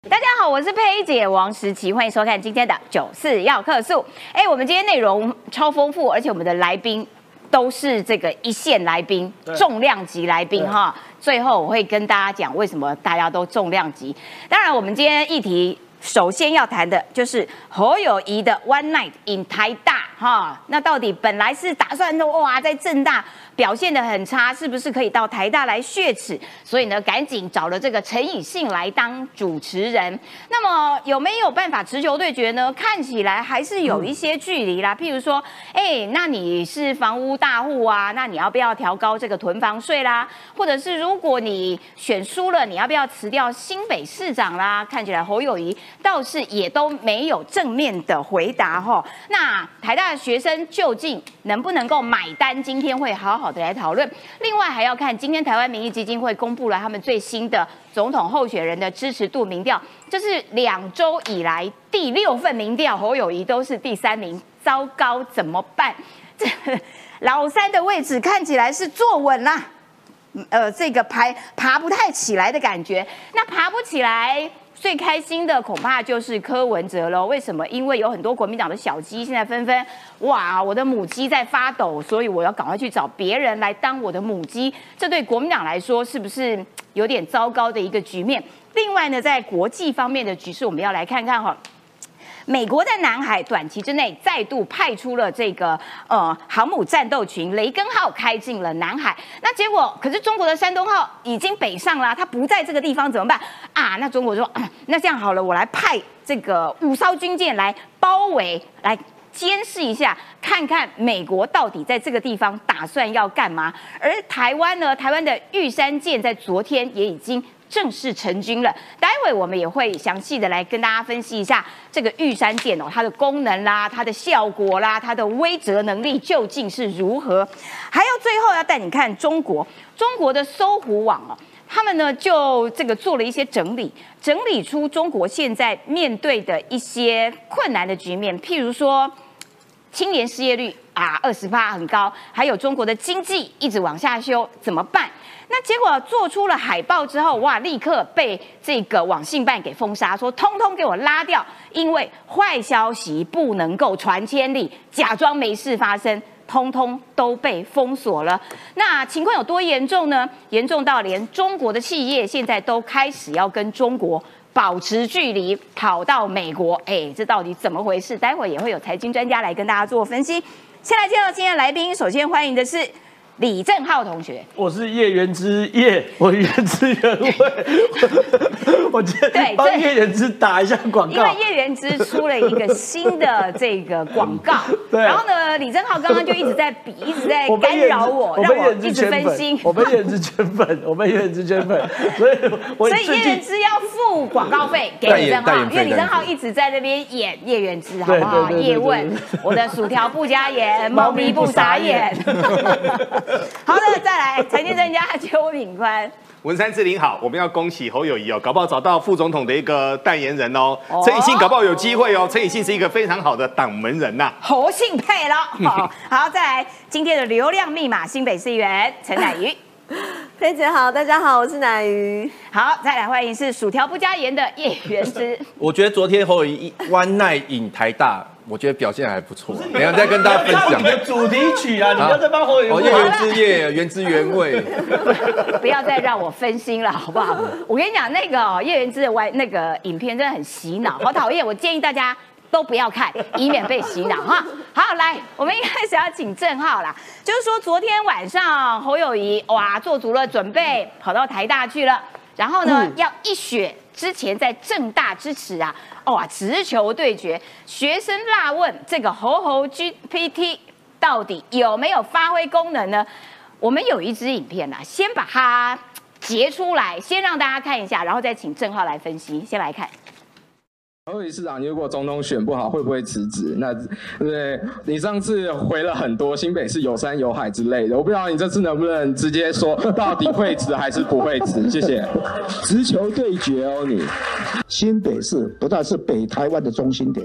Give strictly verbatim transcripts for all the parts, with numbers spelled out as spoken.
大家好，我是佩姐王时琪，欢迎收看今天的九四要客诉。哎，我们今天内容超丰富，而且我们的来宾都是这个一线来宾、重量级来宾哈。最后我会跟大家讲为什么大家都重量级。当然，我们今天议题首先要谈的就是侯友宜的 One Night in 台大哈。那到底本来是打算的哇，在政大表现得很差，是不是可以到台大来血耻？所以呢，赶紧找了这个陈以信来当主持人。那么有没有办法持球对决呢？看起来还是有一些距离啦。譬如说，哎，那你是房屋大户啊，那你要不要调高这个囤房税啦？或者是如果你选输了，你要不要辞掉新北市长啦？看起来侯友宜倒是也都没有正面的回答哈。那台大的学生究竟能不能够买单？今天会好好的来讨论。另外还要看今天台湾民意基金会公布了他们最新的总统候选人的支持度民调，这是两周以来第六份民调，侯友宜都是第三名，糟糕，怎么办？这老三的位置看起来是坐稳啦，呃，这个爬爬不太起来的感觉。那爬不起来，最开心的恐怕就是柯文哲了。为什么？因为有很多国民党的小鸡现在纷纷，哇，我的母鸡在发抖，所以我要赶快去找别人来当我的母鸡。这对国民党来说是不是有点糟糕的一个局面？另外呢，在国际方面的局势，我们要来看看哈。美国在南海短期之内再度派出了这个呃航母战斗群雷根号开进了南海，那结果可是中国的山东号已经北上啦，它不在这个地方怎么办啊？那中国说、啊、那这样好了，我来派这个五艘军舰来包围，来监视一下，看看美国到底在这个地方打算要干嘛。而台湾呢，台湾的玉山舰在昨天也已经正式成军了，待会我们也会详细的来跟大家分析一下这个玉山舰哦，它的功能啦、它的效果啦、它的威慑能力究竟是如何。还有最后要带你看中国，中国的搜狐网哦，他们呢就这个做了一些整理，整理出中国现在面对的一些困难的局面，譬如说青年失业率啊二十趴很高，还有中国的经济一直往下修，怎么办？那结果做出了海报之后，哇，立刻被这个网信办给封杀，说通通给我拉掉，因为坏消息不能够传千里，假装没事发生，通通都被封锁了。那情况有多严重呢？严重到连中国的企业现在都开始要跟中国保持距离，跑到美国，哎，这到底怎么回事？待会也会有财经专家来跟大家做分析。先来介绍今天的来宾，首先欢迎的是李正浩同学， 我是叶元之叶，我原汁原味。我今天帮叶元之打一下广告， 因为叶元之出了一个新的这个广告，然后呢，李正浩刚刚就一直在比，一直在干扰我，让我一直分心。 我被叶元之圈粉，我被叶元之圈粉，所以我所以叶元之要付广告费给李正浩，因为李正浩一直在那边演叶元之，好不好？叶问，我的薯条不加盐，猫咪不撒眼。好的，再来财经专家邱敏宽。 文山志玲好，我们要恭喜侯友宜哦，搞不好找到副总统的一个代言人哦。陈以信搞不好有机会哦，陈以信是一个非常好的党门人呐、啊。 侯信配了，好，好，再来今天的流量密码，新北市议员陈乃瑜。 佩姐好，大家好，我是乃瑜。 好，再来欢迎是薯条不加盐的叶元之。 我觉得昨天侯友宜 One Night in 台大。我觉得表现还不错，等一下再跟大家分享。 你的主题曲啊，你不要再帮侯友宜。 哦，叶原之叶，原汁原味。 不要再让我分心了，好不好？我跟你讲，那个、哦、叶元之的玩那个影片真的很洗脑，好讨厌。我建议大家都不要看，以免被洗脑哈。好，来，我们一开始要请正浩啦，就是说昨天晚上侯友宜哇做足了准备，跑到台大去了，然后呢、嗯、要一雪。之前在政大支持啊，哇，直球对决，学生辣问这个猴猴 G P T 到底有没有发挥功能呢？我们有一支影片啊，先把它截出来，先让大家看一下，然后再请正浩来分析。先来看。 侯友宜市长，你如果总统选不好，会不会辞职？那对你上次回了很多新北市有山有海之类的，我不知道你这次能不能直接说到底会辞还是不会辞？谢谢。 直球对决哦，你新北市不但是北台湾的中心点，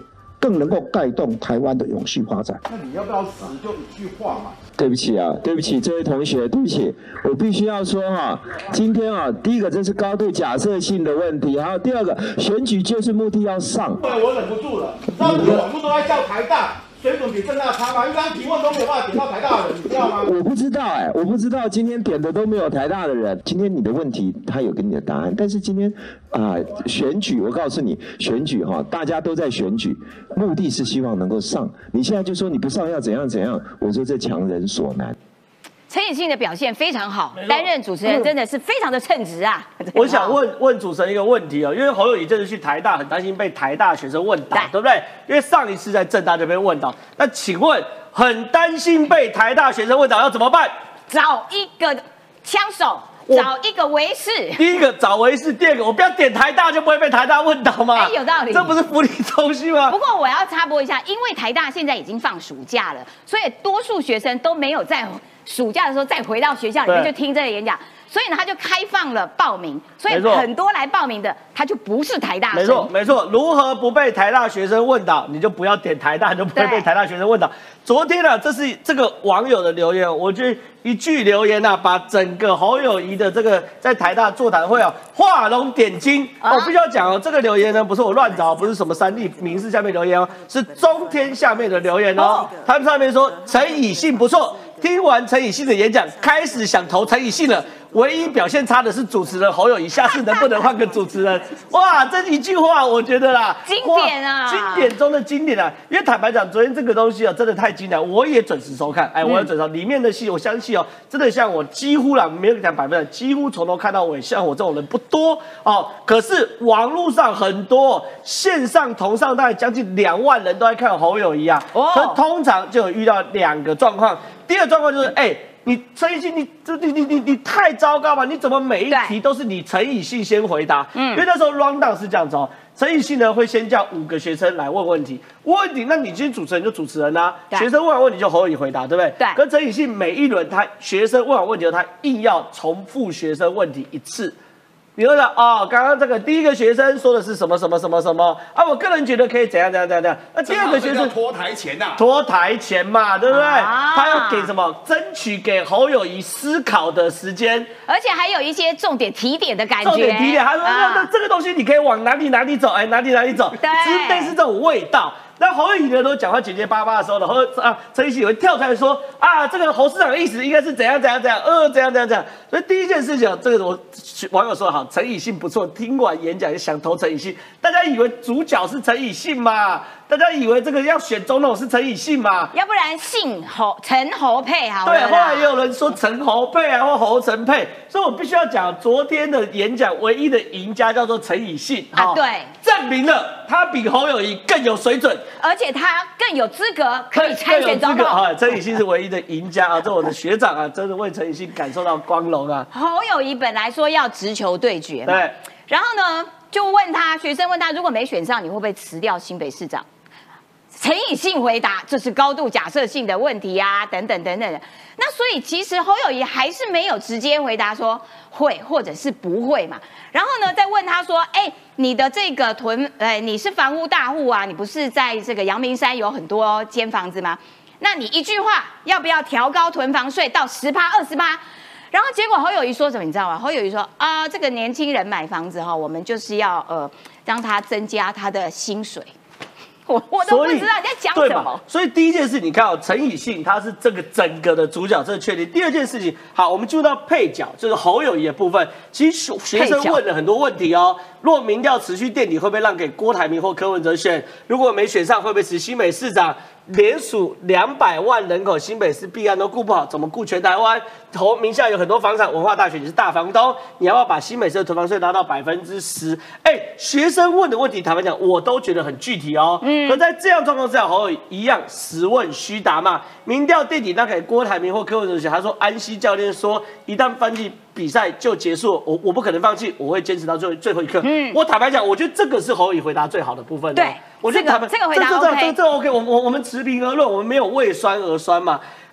更能够带动台湾的永续发展。 那你要不要死就一句话嘛？ 对不起啊，对不起，这位同学，对不起，我必须要说哈、啊，今天啊，第一个这是高度假设性的问题，还有第二个选举就是目的要上。 对，我忍不住了，那你网络都在叫台大。水准比政大差吗？因为刚刚提问都没有办法点到台大的人，你知道吗？ 我不知道哎、欸，我不知道今天点的都没有台大的人。今天你的问题他有给你的答案，但是今天啊、呃、选举，我告诉你，选举哈，大家都在选举，目的是希望能够上。你现在就说你不上要怎样怎样，我说这强人所难。 陈以信的表现非常好，担任主持人真的是非常的称职啊！ 我想问问主持人一个问题哦，因为侯友宜这次去台大，很担心被台大学生问倒，对不对？因为上一次在政大就被问倒，那请问很担心被台大学生问倒要怎么办？ 找一个枪手，找一个维士。 第一个找维士，第二个我不要点台大就不会被台大问倒吗？ 哎，有道理， 这不是福利中心吗？ 不过我要插播一下，因为台大现在已经放暑假了，所以多数学生都没有在暑假的时候再回到学校里面就听这个演讲，所以呢他就开放了报名，所以很多来报名的他就不是台大生。 没错没错，如何不被台大学生问倒，你就不要点台大，你就不会被台大学生问倒。昨天呢、啊，这是这个网友的留言，我觉得一句留言啊，把整个侯友宜的这个在台大座谈会啊画龙点睛。啊、我必须要讲哦，这个留言呢不是我乱找，不是什么三立民视下面留言哦，是中天下面的留言哦。他们上面说陈以信不错。听完陈以信的演讲，开始想投陈以信了。唯一表现差的是主持人侯友宜，下次能不能换个主持人？哇，这一句话我觉得啦， 经典啊， 经典中的经典啊！因为坦白讲，昨天这个东西啊，真的太经典，我也准时收看。哎，我也准时收、嗯，里面的戏，我相信哦，真的像我几乎啦，没有讲百分之，几乎从头看到尾，像我这种人不多哦。可是网络上很多，线上同上大概将近两万人都在看侯友宜啊。哦，可通常就有遇到两个状况。第二个状况就是，哎、欸，你陈以信，你这你你你你太糟糕吧？你怎么每一题都是你陈以信先回答？嗯，因为那时候 round down 是这样子哦，陈以信呢会先叫五个学生来问问题，问问题，那你今天主持人就主持人啊，学生问完问题就侯友宜回答，对不对？对。跟陈以信每一轮他学生问完问题后，他硬要重复学生问题一次。你说的哦，刚刚这个第一个学生说的是什么什么什么什么啊？我个人觉得可以怎样怎样怎样怎样。那第二个学生拖台前呐、啊， 拖台前嘛，对不对？啊、他要给什么？争取给侯友宜思考的时间， 而且还有一些重点提点的感觉。 重点提点，他说、啊、那这个东西你可以往哪里哪里走，哎，哪里哪里走， 对， 是类似这种味道。那侯友宜呢，都讲话结结巴巴的时候呢，侯啊陈以信也会跳出来说啊，这个侯市长的意思应该是怎样怎样怎样，呃，怎样怎样怎样。所以第一件事情，这个我网友说好，陈以信不错，听完演讲也想投陈以信。大家以为主角是陈以信嘛？大家以为这个要选总统是陈以信嘛？ 要不然姓侯陈侯配好了。 对，后来也有人说陈侯配啊，或侯陈配。所以我必须要讲，昨天的演讲唯一的赢家叫做陈以信啊，对， 证明了他比侯友宜更有水准。 而且他更有资格可以参选总统。 啊，陈以信是唯一的赢家啊！这我的学长啊，真的为陈以信感受到光荣啊。 侯友宜本来说要直球对决嘛， 对， 然后呢就问他，学生问他，如果没选上，你会不会辞掉新北市长？陈以信回答：“这是高度假设性的问题啊，等等等等的。”那所以其实侯友宜还是没有直接回答说会或者是不会嘛。然后呢，再问他说：“哎、欸，你的这个囤，呃，你是房屋大户啊，你不是在这个阳明山有很多间房子吗？那你一句话要不要调高囤房税到十趴、二十趴？”然后结果侯友宜说什么，你知道吗？侯友宜说：“啊，这个年轻人买房子哈，我们就是要呃让他增加他的薪水。”我我都不知道你在讲什么。 所以第一件事，你看哦，陈以信他是这个整个的主角，这个确定。第二件事情，好，我们进入到配角，就是侯友宜的部分。其实学生问了很多问题哦。若民调持续垫底，会不会让给郭台铭或柯文哲选？如果没选上，会不会持新北市长？连署两百万人口，新北市弊案都顾不好，怎么顾全台湾？投名下有很多房产，文化大学你是大房东，你要不要把新北市的囤房税拉到百分之十？哎，学生问的问题，坦白讲，我都觉得很具体哦。嗯，可在这样状况之下，侯友宜一样实问虚答嘛。民调垫底，那给郭台铭或柯文哲选，他说安西教练说，一旦放弃比赛就结束，我我不可能放弃，我会坚持到最后最后一刻。嗯，我坦白讲，我觉得这个是侯友宜回答最好的部分。 对， 我觉得坦白这个回答 OK， 这这这 OK， 我我我们持平而论，我们没有为酸而酸嘛。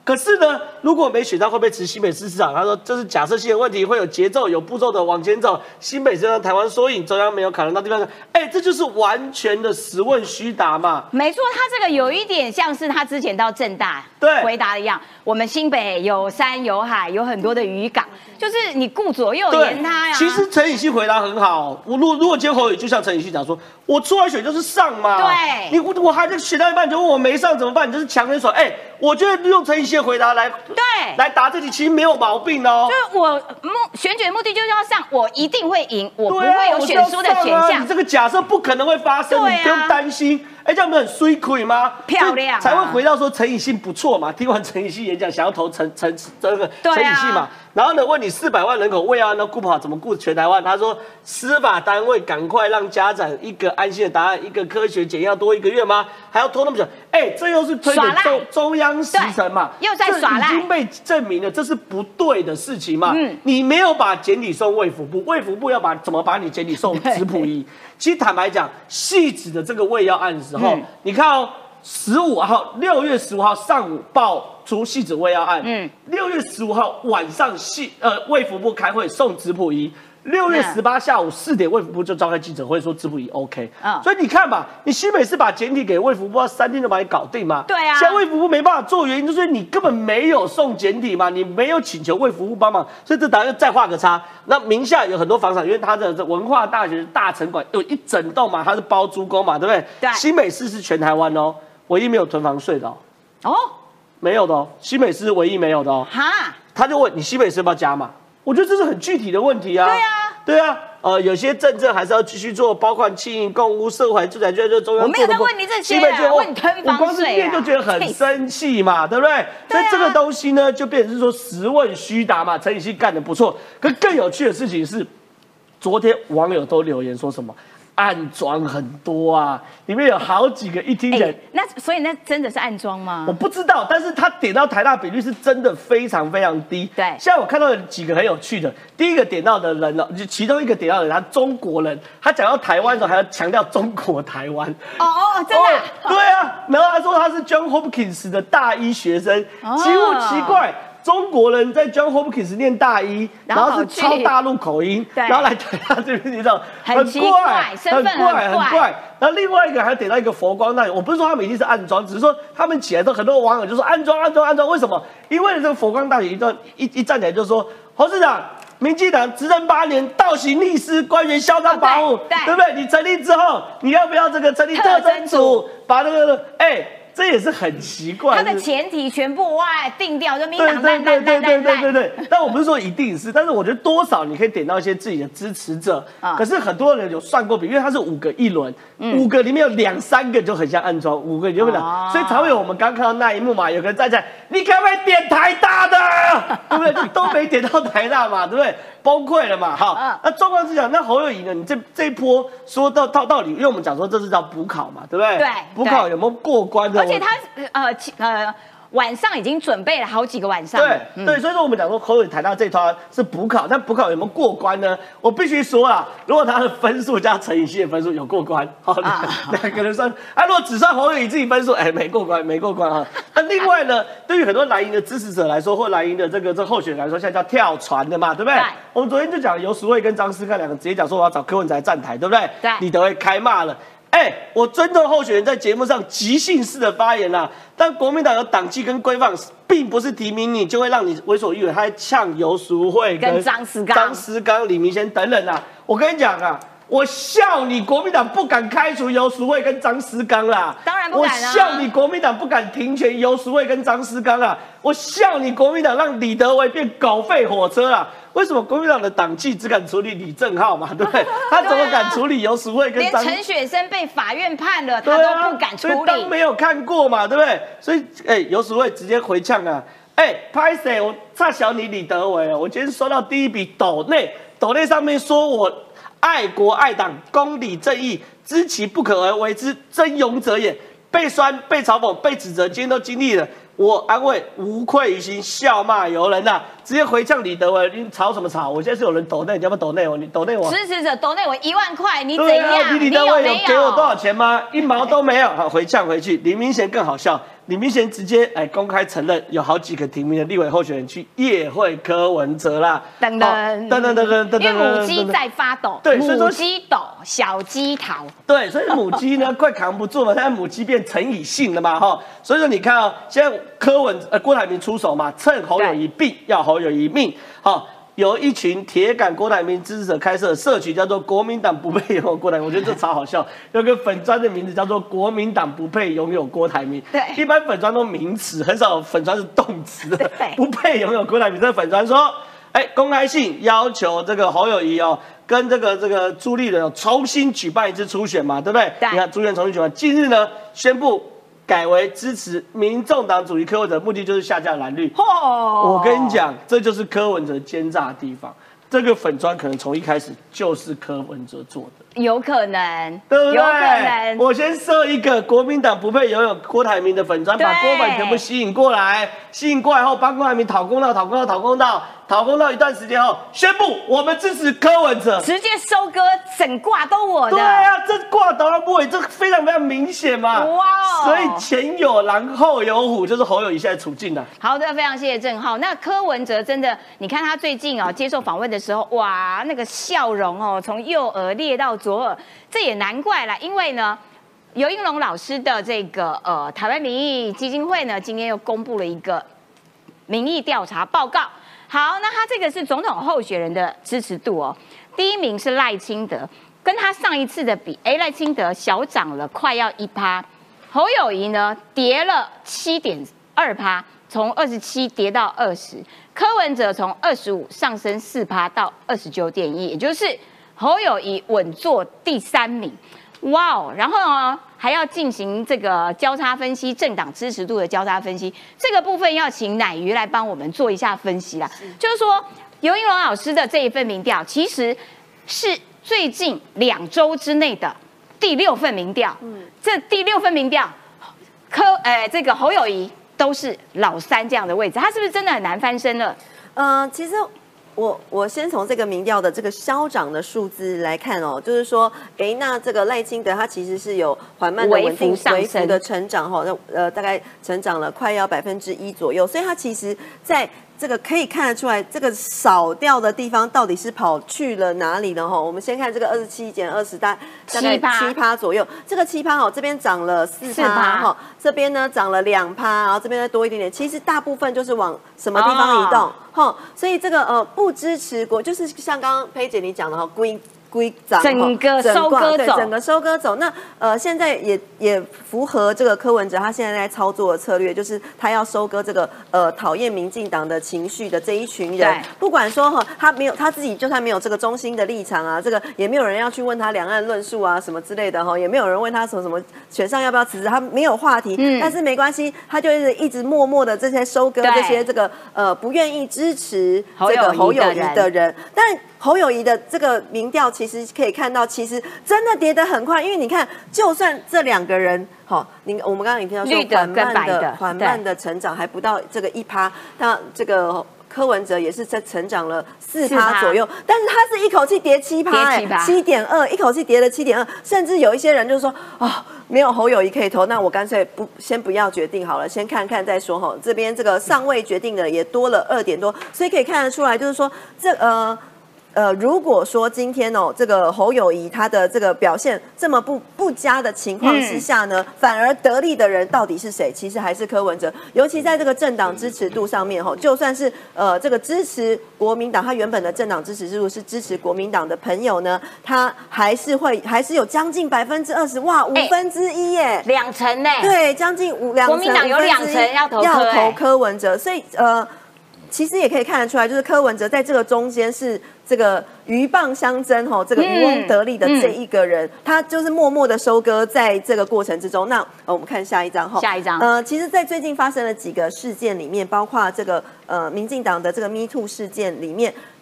可是呢，如果没选上，会不会辞新北市市长？他说这是假设性的问题，会有节奏、有步骤的往前走。新北市让台湾缩影，中央没有考量到地方。哎，这就是完全的实问虚答嘛。 没错，他这个有一点像是他之前到政大对回答的一样。我们新北有山有海，有很多的渔港，就是你顾左右言他呀。 其实陈以信回答很好。我如如果今天侯友宜就像陈以信讲说，我出来选就是上嘛。 对， 你我我还在选到一半，你就问我没上怎么办？你就是强人手。哎，我觉得用陈以信的回答来对来答这题，其实没有毛病哦。 就是我目选举的目的就是要上，我一定会赢，我不会有选输的选项。 啊、你这个假设不可能会发生，啊、你不用担心。哎，这样不是很衰亏吗？ 漂亮、啊， 才会回到说陈以信不错嘛。听完陈以信演讲，想要投陈陈这个陈以信嘛。然后呢，问你四百万人口慰安都顾不好，怎么顾全台湾？他说司法单位赶快让家长一个安心的答案，一个科学检验要多一个月吗？还要拖那么久？哎，这又是推给中中央时程嘛？ 又在耍赖， 已经被证明了，这是不对的事情嘛。嗯，你没有把检体送卫福部，卫福部要把怎么把你检体送质谱仪？其实坦白讲，细致的这个喂药案的时候，嗯、你看哦，十五号六月十五号上午爆出细致喂药案，嗯，六月十五号晚上细呃卫福部开会送质谱仪。六月十八下午四点，卫福部就召开记者会说质谱仪 OK，、嗯、所以你看吧，你新北市把检体给卫福部，要三天就把你搞定嘛？ 对啊。 现在卫福部没办法做，原因就是你根本没有送检体嘛，你没有请求卫福部帮忙，所以这当然再画个叉。那名下有很多房产，因为它的文化大学大城馆有一整栋嘛，它是包租公嘛，对不对？ 对。 新北市是全台湾哦，唯一没有囤房税的哦。 哦。 没有的哦，新北市是唯一没有的哦。 哈。 他就问你新北市要不要加码？我觉得这是很具体的问题啊。 对啊。 对啊，呃，有些政策还是要继续做，包括轻盈共屋、社会住宅券，就中央。 我没有在问你这些啊，问你囤房税啊。 我光是念就觉得很生气嘛，对不对？所以这个东西呢，就变成是说实问虚答嘛。陈以信干得不错，可更有趣的事情是，昨天网友都留言说什么？暗装很多啊，里面有好几个一听起来、欸， 那所以那真的是暗装吗？ 我不知道，但是他点到台大比率是真的非常非常低。 对， 现在我看到有几个很有趣的，第一个点到的人呢，就其中一个点到的人，他中国人，他讲到台湾的时候还要强调中国台湾。 哦哦，真的、啊哦？对啊，然后他说他是 John Hopkins 的大一学生，哦、奇不奇怪？中国人在 John Hopkins 念大一，然后是超大陆口音，然后来台大这边，你知道， 很怪， 很怪，很怪。然后另外一个还点到一个佛光大学，我不是说他们一定是暗装，只是说他们起来之后，很多网友就说暗装、暗装、暗装。为什么？因为这个佛光大学一段一一站起来就说，侯市长，民进党执政八年，倒行逆施，官员嚣张跋扈，对不对？你成立之后，你要不要这个成立特侦组，把那个哎？这也是很奇怪， 它的前提全部哇定掉，就民党烂烂烂烂对对对对对。但我不是说一定是，但是我觉得多少你可以点到一些自己的支持者。啊、可是很多人有算过比，因为它是五个一轮，嗯、五个里面有两三个就很像暗装，五个你就会讲，哦、所以才会有我们刚看到那一幕嘛，有个人站起来，你可不可以点台大的？对不对？就都没点到台大嘛，对不对？崩溃了嘛，好，嗯、那状况是讲，那侯友宜呢？你这这一波说到到到底，因为我们讲说这是叫补考嘛，对不对？ 对， 补考有没有过关的？ 而且他呃呃晚上已经准备了好几个晚上。 对、嗯、对，所以说我们讲说侯友宜谈到这一套是补考，但补考有没有过关呢？我必须说啦，如果他的分数加陈以信的分数有过关，好，两、啊、个人算，啊，如果只算侯友宜自己分数，哎，没过关，没过关啊。那另外呢，对于很多蓝营的支持者来说，或蓝营的这个这候选人来说，现在叫跳船的嘛，对不对？对，我们昨天就讲游淑慧跟张思刚两个直接讲说我要找柯文哲站台，对不对？ 对， 李德维开骂了。哎、欸，我尊重候选人在节目上即兴式的发言啦、啊，但国民党有党纪跟规范，并不是提名你就会让你为所欲为，他还呛游淑慧跟张思刚、 张思刚、李明贤等人啊。我跟你讲啊，我笑你国民党不敢开除游淑慧跟张思刚啦， 当然不敢啊。 我笑你国民党不敢停权游淑慧跟张思刚啊，我笑你国民党让李德维变狗吠火车啊。为什么国民党的党纪只敢处理李正浩嘛，对不对？他怎么敢处理游淑慧跟张？ 连陈雪生被法院判了，他都不敢处理。 所以当没有看过嘛，对不对？所以，哎、欸，游淑慧直接回呛啊，哎、欸，拍谁？我差小你李德维哦，我今天收到第一笔斗内，斗内上面说我爱国爱党、公理正义，知其不可而为之，真勇者也。被酸、被嘲讽、被指责，今天都经历了。我安慰无愧于心，笑骂由人呐、啊，直接回呛李德维，你吵什么吵？我现在是有人抖内，你要不要抖内我？你抖内我？ 支持者抖内我一万块，你怎样？ 啊、你李德维有给我多少钱吗？一毛都没有。好，回呛回去。李明贤更好笑， 李明贤直接哎公开承认有好几个提名的立委候选人去夜会柯文哲啦， 等等等等等等等等， 因为母鸡在发抖， 对，所以说母鸡抖，小鸡逃， 对，所以母鸡呢快扛不住了，现在母鸡变成以性了嘛哈，所以说你看哦，现在柯文呃郭台铭出手嘛，趁侯友宜病要侯友宜命，好。有一群铁杆郭台铭支持者开设的社群，叫做“国民党不配拥有郭台铭”，我觉得这超好笑。有个粉专的名字叫做“国民党不配拥有郭台铭”。 对， 一般粉专都名词，很少粉专是动词的。不配拥有郭台铭，这个粉专说，哎，公开信要求这个侯友宜哦，跟这个这个朱立伦重新举办一次初选嘛，对不对？对。你看朱立伦重新举办，近日呢宣布。改为支持民众党主席柯文哲，目的就是下架蓝绿。哦，我跟你讲，这就是柯文哲奸诈的地方。这个粉专可能从一开始就是柯文哲做的， 有可能， 对不对？ 有可能。 我先设一个国民党不配拥有郭台铭的粉专，把郭粉全部吸引过来，吸引过来后帮郭台铭讨公道，讨公道，讨公道。讨公道一段时间后，宣布我们支持柯文哲， 直接收割，整挂都我的。 对啊，这挂倒到不尾，这非常非常明显嘛。哇哦！所以前有狼后有虎，就是侯友宜现在处境的。 好的，非常谢谢郑浩。那柯文哲真的，你看他最近哦接受访问的时候，哇，那个笑容哦，从右耳裂到左耳，这也难怪啦，因为呢。尤英龙老师的这个呃台湾民意基金会呢，今天又公布了一个民意调查报告。好，那他这个是总统候选人的支持度哦，第一名是赖清德，跟他上一次的比，哎，赖清德小涨了快要一趴，侯友宜呢跌了七点二趴，从二十七跌到二十，柯文哲从二十五上升四趴到二十九点一，也就是侯友宜稳坐第三名。哇哦，然后呢还要进行这个交叉分析，政党支持度的交叉分析，这个部分要请乃瑜来帮我们做一下分析啦。就是说，尤英龙老师的这一份民调，其实是最近两周之内的第六份民调。嗯，这第六份民调，柯呃这个侯友宜都是老三这样的位置，他是不是真的很难翻身了？ 呃，其实。我我先从这个民调的这个消长的数字来看哦，就是说，哎，那这个赖清德他其实是有缓慢的稳定微幅的成长哈，那呃大概成长了快要百分之一左右，所以他其实在这个可以看得出来，这个少掉的地方到底是跑去了哪里呢？哈，我们先看这个二十七减二十，大大概七趴左右，这个七趴哦，这边涨了四趴哈，这边呢涨了两趴，然后这边再多一点点，其实大部分就是往什么地方移动？哈、哦，所以这个呃不支持国，就是像刚刚佩姐你讲的哈，归归涨， 整个收割走， 整个收割走。那呃现在也也符合这个柯文哲他现在在操作的策略，就是他要收割这个呃讨厌民进党的情绪的这一群人，不管说哈他没有他自己就算没有这个中心的立场啊，这个也没有人要去问他两岸论述啊什么之类的哈，也没有人问他什么什么选上要不要辞职，他没有话题，嗯、但是没关系，他就是一直默默的这些收割这些这个呃不愿意支持这个侯友宜的人，但侯友宜的这个民调其实可以看到，其实真的跌得很快，因为你看，就算这两个人，好，你我们刚刚也听到说缓慢的缓慢的成长，还不到这个一趴，那这个柯文哲也是在成长了四趴左右，但是他是一口气跌七趴，哎，七点二，一口气跌了七点二，甚至有一些人就说啊、哦，没有侯友宜可以投，那我干脆不先不要决定好了，先看看再说哈。这边这个尚未决定的也多了二点多，所以可以看得出来，就是说这呃。呃，如果说今天哦，这个侯友宜他的这个表现这么不不佳的情况之下呢，嗯、反而得利的人到底是谁？其实还是柯文哲，尤其在这个政党支持度上面哈，就算是呃这个支持国民党，他原本的政党支持度是支持国民党的朋友呢，他还是会还是有将近百分之二十，哇，五分之一耶， 两成呢？ 对，将近五两成， 国民党有两成要投柯要投柯文哲，所以呃。其实也可以看得出来，就是柯文哲在这个中间是这个鹬蚌相争吼，这个渔翁得利的这一个人，嗯嗯、他就是默默的收割在这个过程之中。那、呃、我们看下一张哈， 下一张， 呃，其实，在最近发生了几个事件里面，包括这个呃民进党的这个 Me Too 事件里面，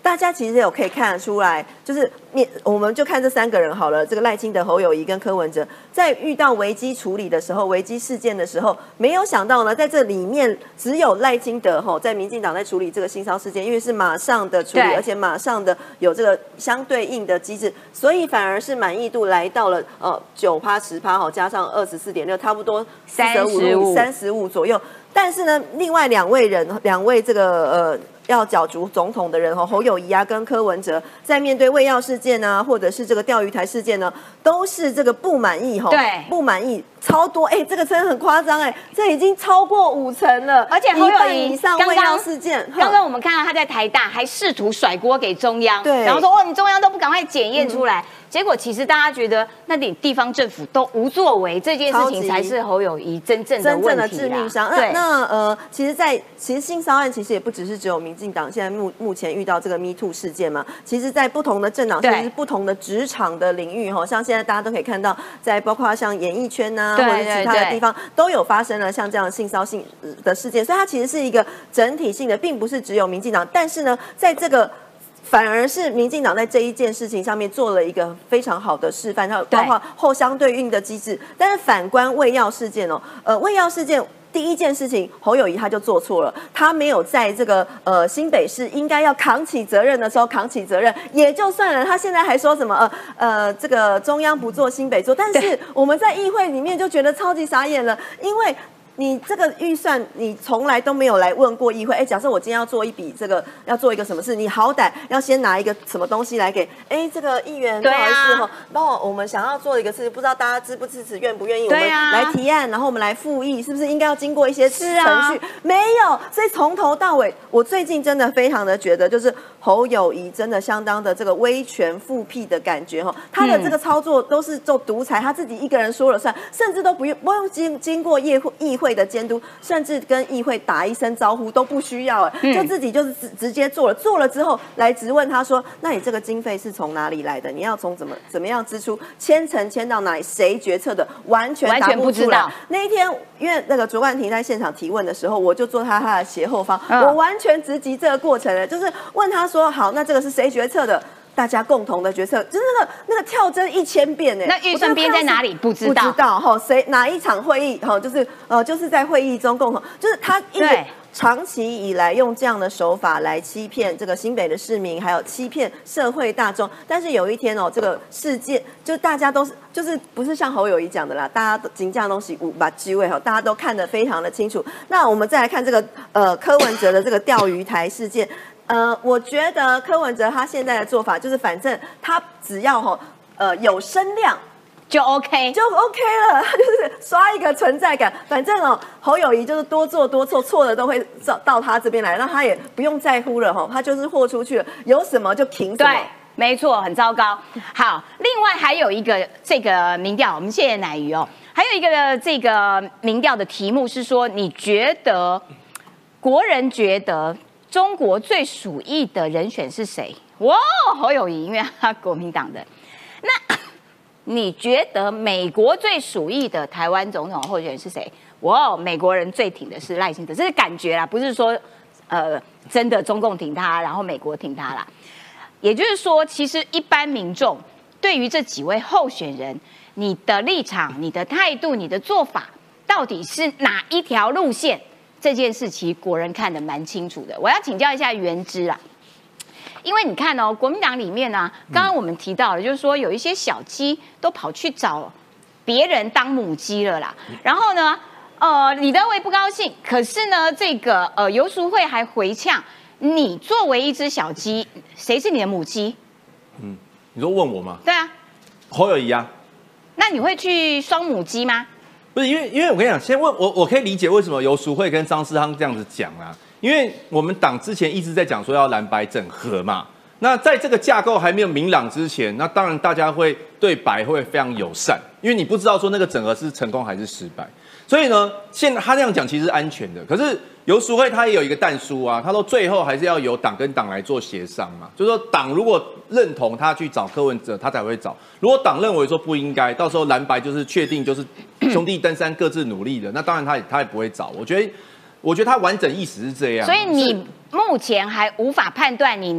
大家其实有可以看得出来，就是你我们就看这三个人好了，这个赖清德、侯友宜跟柯文哲，在遇到危机处理的时候，危机事件的时候，没有想到呢，在这里面只有赖清德吼，在民进党在处理这个性骚事件，因为是马上的处理，而且马上的有这个相对应的机制，所以反而是满意度来到了呃九趴十趴哈，加上二十四点六，差不多三十五三十五左右。但是呢，另外两位人，两位这个呃。要角逐总统的人哈，侯友宜啊跟柯文哲，在面对卫药事件啊，或者是这个钓鱼台事件呢，都是这个不满意哈， 对， 不满意超多，哎、欸，这个真的很夸张哎，这已经超过五成了， 而且侯友宜以上卫药事件， 刚刚我们看到他在台大还试图甩锅给中央， 对， 然后说哦，你中央都不赶快检验出来。嗯，结果其实大家觉得，那你地方政府都无作为，这件事情才是侯友宜真正的真正的致命伤。 对， 那呃，其实在，在其实性骚案其实也不只是只有民进党现在目目前遇到这个 Me Too 事件嘛，其实在不同的政党，甚至是不同的职场的领域哈，像现在大家都可以看到，在包括像演艺圈呐、啊，或者其他的地方都有发生了像这样的性骚性的事件，所以它其实是一个整体性的，并不是只有民进党。但是呢，在这个反而是民进党在这一件事情上面做了一个非常好的示范，它包括后相对应的机制。但是反观卫药事件哦，呃，卫药事件。第一件事情，侯友宜他就做错了，他没有在这个呃新北市应该要扛起责任的时候扛起责任，也就算了。他现在还说什么呃呃这个中央不做新北做，但是我们在议会里面就觉得超级傻眼了，因为你这个预算，你从来都没有来问过议会。哎，假设我今天要做一笔这个，要做一个什么事，你好歹要先拿一个什么东西来给，哎，这个议员，不好意思哈，帮我我们想要做一个事，不知道大家支不支持，愿不愿意，我们来提案，然后我们来复议，是不是应该要经过一些程序？没有，所以从头到尾，我最近真的非常的觉得，就是侯友宜真的相当的这个威权复辟的感觉哈，他的这个操作都是做独裁，他自己一个人说了算，甚至都不用不用经经过议会议会的监督，甚至跟议会打一声招呼都不需要，哎、嗯，就自己就是直直接做了，做了之后来质问他说，那你这个经费是从哪里来的？你要从怎么怎么样支出，签呈签到哪里，谁决策的，完全答不出来。那一天，因为那个卓冠廷在现场提问的时候，我就坐他他的斜后方，嗯、我完全直击这个过程了，就是问他说，好，那这个是谁决策的？大家共同的决策，就是那个那个跳针一千遍呢。 那预算编在哪里？不知道， 不知道哈，谁哪一场会议哈，就是呃，就是在会议中共同，就是他一直长期以来用这样的手法来欺骗这个新北的市民，还有欺骗社会大众。但是有一天哦，这个事件就大家都是就是不是像侯友宜讲的啦，大家都金价东西五把机位哈，大家都看得非常的清楚。那我们再来看这个呃柯文哲的这个钓鱼台事件。呃，我觉得柯文哲他现在的做法就是，反正他只要哈呃有声量就 OK 就 OK 了，他就是刷一个存在感。反正哦，侯友宜就是多做多错，错的都会到到他这边来，那他也不用在乎了哈，他就是豁出去了，有什么就凭什么。 对，没错，很糟糕。好，另外还有一个这个民调，我们谢谢乃瑜哦，还有一个这个民调的题目是说，你觉得国人觉得中国最属意的人选是谁？哇，侯友宜，因为他国民党的。那你觉得美国最属意的台湾总统候选人是谁？哇，美国人最挺的是赖清德，这是感觉啦，不是说呃真的中共挺他，然后美国挺他啦。也就是说，其实一般民众对于这几位候选人，你的立场、你的态度、你的做法，到底是哪一条路线？这件事情国人看得蛮清楚的，我要请教一下元之啊，因为你看哦，国民党里面呢、啊，刚刚我们提到了，就是说有一些小鸡都跑去找别人当母鸡了啦，然后呢，呃，李登辉不高兴，可是呢，这个呃游淑慧还回呛，你作为一只小鸡，谁是你的母鸡？ 嗯，你说问我吗？ 对啊， 侯友宜啊， 那你会去双母鸡吗？ 不是，因为因为我跟你讲，先问我，我可以理解为什么游淑慧跟张世康这样子讲啊，因为我们党之前一直在讲说要蓝白整合嘛，那在这个架构还没有明朗之前，那当然大家会对白会非常友善，因为你不知道说那个整合是成功还是失败，所以呢，现在他这样讲其实是安全的，可是游淑慧他也有一个但书啊，他说最后还是要由党跟党来做协商嘛，就是说党如果认同他去找柯文哲，他才会找；如果党认为说不应该，到时候蓝白就是确定就是兄弟登山各自努力的，那当然他也他也不会找。我觉得，我觉得他完整意思是这样。 所以你目前还无法判断你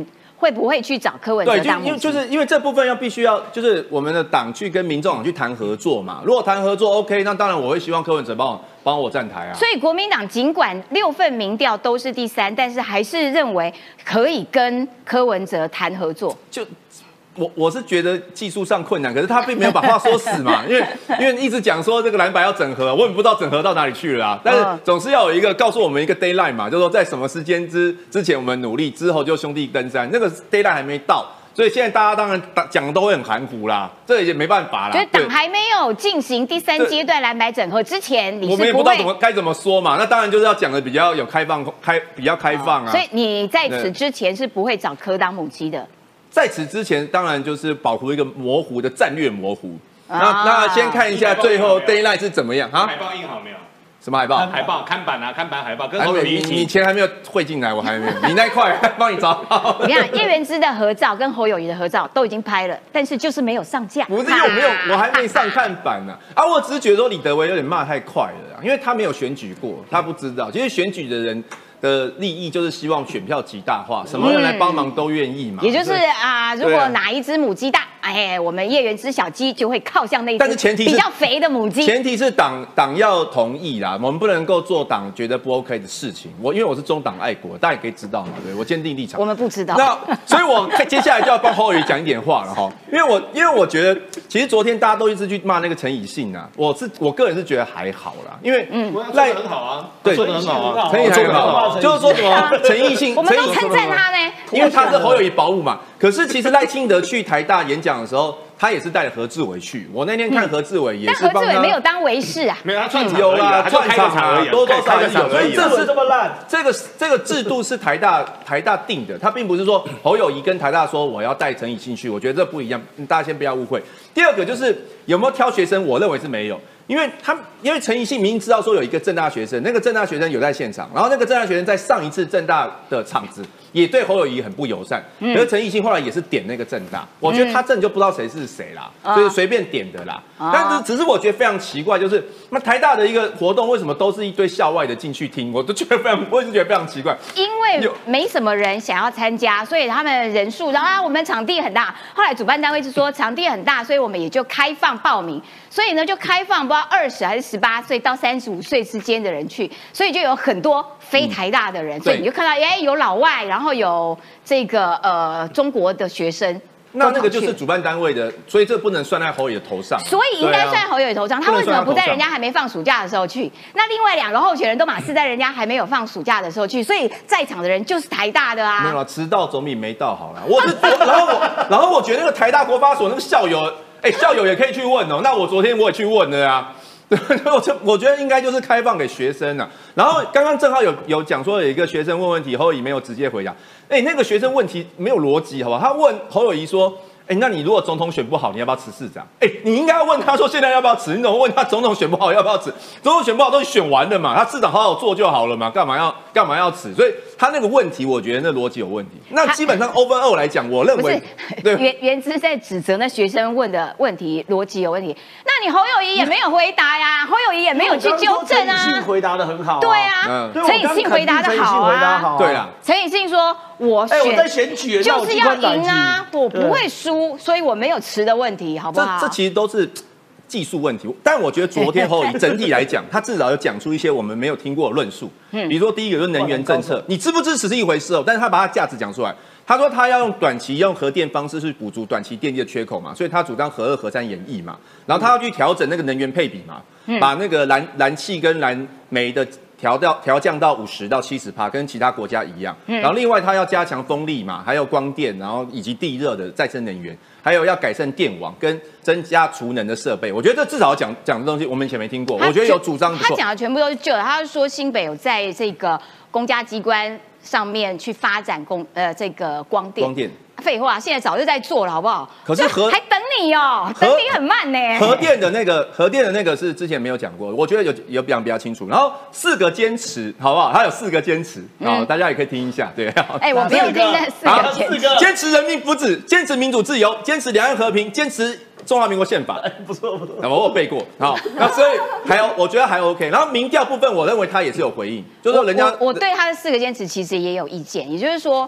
会不会去找柯文哲对，就当母鸡？ 因为就是因为这部分要必须要就是我们的党去跟民众党去谈合作嘛。如果谈合作 OK， 那当然我会希望柯文哲帮我帮我站台啊。 所以国民党尽管六份民调都是第三，但是还是认为可以跟柯文哲谈合作。 就我我是觉得技术上困难，可是他并没有把话说死嘛，因为因为一直讲说这个蓝白要整合，我也不知道整合到哪里去了啊。但是总是要有一个告诉我们一个 deadline 嘛，就是说在什么时间之之前我们努力，之后就兄弟登山，那个 deadline 还没到。所以现在大家当然讲的都会很含糊啦，这也没办法啦。 就是党还没有进行第三阶段蓝白整合之前，你是不会， 我们也不知道怎么该怎么说嘛。那当然就是要讲的比较有开放、开比较开放啊。 所以你在此之前是不会找柯当母鸡的。 在此之前，当然就是保护一个模糊的战略模糊。那那先看一下最后 deadline 是怎么样啊？ 海报印好没有？ 什么海报？ 海报看板啊，看板海报跟还没有，你你钱还没有汇进来，我还没有。你那块帮你找好。 你看叶元之的合照跟侯友宜的合照都已经拍了，但是就是没有上架。 不是因为我没有，我还没上看板呢。啊，我只是觉得说李德维有点骂太快了，因为他没有选举过，他不知道。其实选举的人的利益就是希望选票极大化，什么人来帮忙都愿意嘛。 也就是啊，如果哪一只母鸡大，哎，我们叶元之小鸡就会靠向那一只比较肥的母鸡。 前提是党党要同意啦，我们不能够做党觉得不 OK 的事情。我因为我是中党爱国，大家也可以知道嘛，对，我坚定立场。 我们不知道。 那所以，我接下来就要帮侯友宜讲一点话了哈，因为我因为我觉得，其实昨天大家都一直去骂那个陈以信啊，我是我个人是觉得还好啦，因为嗯，赖很好啊， 对， 做得很好啊， 陈以信很好，就是说什么陈奕迅， 我们都称赞他呢， 因为他是侯友宜保姆嘛。可是其实赖清德去台大演讲的时候，他也是带了何志伟去。我那天看何志伟也是帮他， 但何志伟没有当维士啊， 没有他串场有啦， 串场而已， 多多少少有。 所以这是这么烂， 这个这个制度是台大台大定的，他并不是说侯友宜跟台大说我要带陈以信去，我觉得这不一样，大家先不要误会。第二个就是有没有挑学生，我认为是没有。因为他因为陈以信明明知道说有一个政大学生，那个政大学生有在现场，然后那个政大学生在上一次政大的场子也对侯友宜很不友善，嗯、可是陈以信后来也是点那个政大，我觉得他真的就不知道谁是谁啦，嗯、所以随便点的啦。哦、但是只是我觉得非常奇怪，就是那台大的一个活动为什么都是一堆校外的进去听，我都觉得非常，我也是觉得非常奇怪。 因为没什么人想要参加，所以他们人数，然后啊我们场地很大，后来主办单位是说场地很大，所以我们也就开放报名，所以呢就开放不知道二十还是十八岁到三十五岁之间的人去，所以就有很多非台大的人，嗯、所以你就看到哎有老外，然后有这个呃中国的学生。 那那个就是主办单位的，所以这不能算在侯友宜的头上。 所以应该算侯友宜头上。他为什么不在人家还没放暑假的时候去？那另外两个候选人都马是在人家还没有放暑假的时候去，所以在场的人就是台大的啊。 没有了，迟到总比没到好了。我是，然后我，然后我觉得那个台大国发所那个校友，哎、欸，校友也可以去问哦。那我昨天我也去问了啊。我我觉得应该就是开放给学生啊。然后刚刚正好有有讲说有一个学生问问题，侯友宜没有直接回答。哎、欸，那个学生问题没有逻辑，好不好？他问侯友宜说。哎，那你如果总统选不好，你要不要辞市长？哎，你应该要问他说现在要不要辞？你怎么问他总统选不好要不要辞？总统选不好都选完了嘛，他市长好好做就好了嘛，干嘛要干嘛要辞？所以他那个问题，我觉得那逻辑有问题。那基本上 overall 来讲，我认为对原原之在指责那学生问的问题逻辑有问题。那你侯友宜也没有回答呀，侯友宜也没有去纠正啊。 陈以信回答的很好、啊， 对啊，陈以信回答的好啊， 对啊， 陈以信说。我选、 欸、我在选举就是要赢啊，我不会输，所以我没有迟的问题，好不好？ 这这其实都是技术问题，但我觉得昨天侯友宜整体来讲，他至少有讲出一些我们没有听过的论述。嗯，比如说第一个就是能源政策，你支不支持是一回事哦，但是他把他价值讲出来。他说他要用短期用核电方式去补足短期电力的缺口嘛，所以他主张核二核三演绎嘛，然后他要去调整那个能源配比嘛，嗯、把那个燃燃气跟燃煤的。调到调降到五十到七十趴，跟其他国家一样。嗯、然后另外它要加强风力嘛，还有光电，然后以及地热的再生能源，还有要改善电网跟增加储能的设备。我觉得这至少讲讲的东西，我们以前没听过。我觉得有主张不错。 他讲的全部都是旧的。他是说新北有在这个公家机关上面去发展公呃这个光电。 光电。 废话，现在早就在做了，好不好？ 可是核还等你哦，等你很慢呢。 核电的那个核电的那个是之前没有讲过，我觉得有有讲比较清楚。然后四个坚持，好不好？它有四个坚持，啊、嗯，大家也可以听一下。对， 哎、欸，我没有听那四个坚持， 坚持人民福祉，坚持民主自由，坚持两岸和平，坚持中华民国宪法。 哎，不错不错， 我有背过。好，那所以还有，我觉得还 OK。然后民调部分，我认为他也是有回应，就是说人家我我对他的四个坚持其实也有意见，也就是说。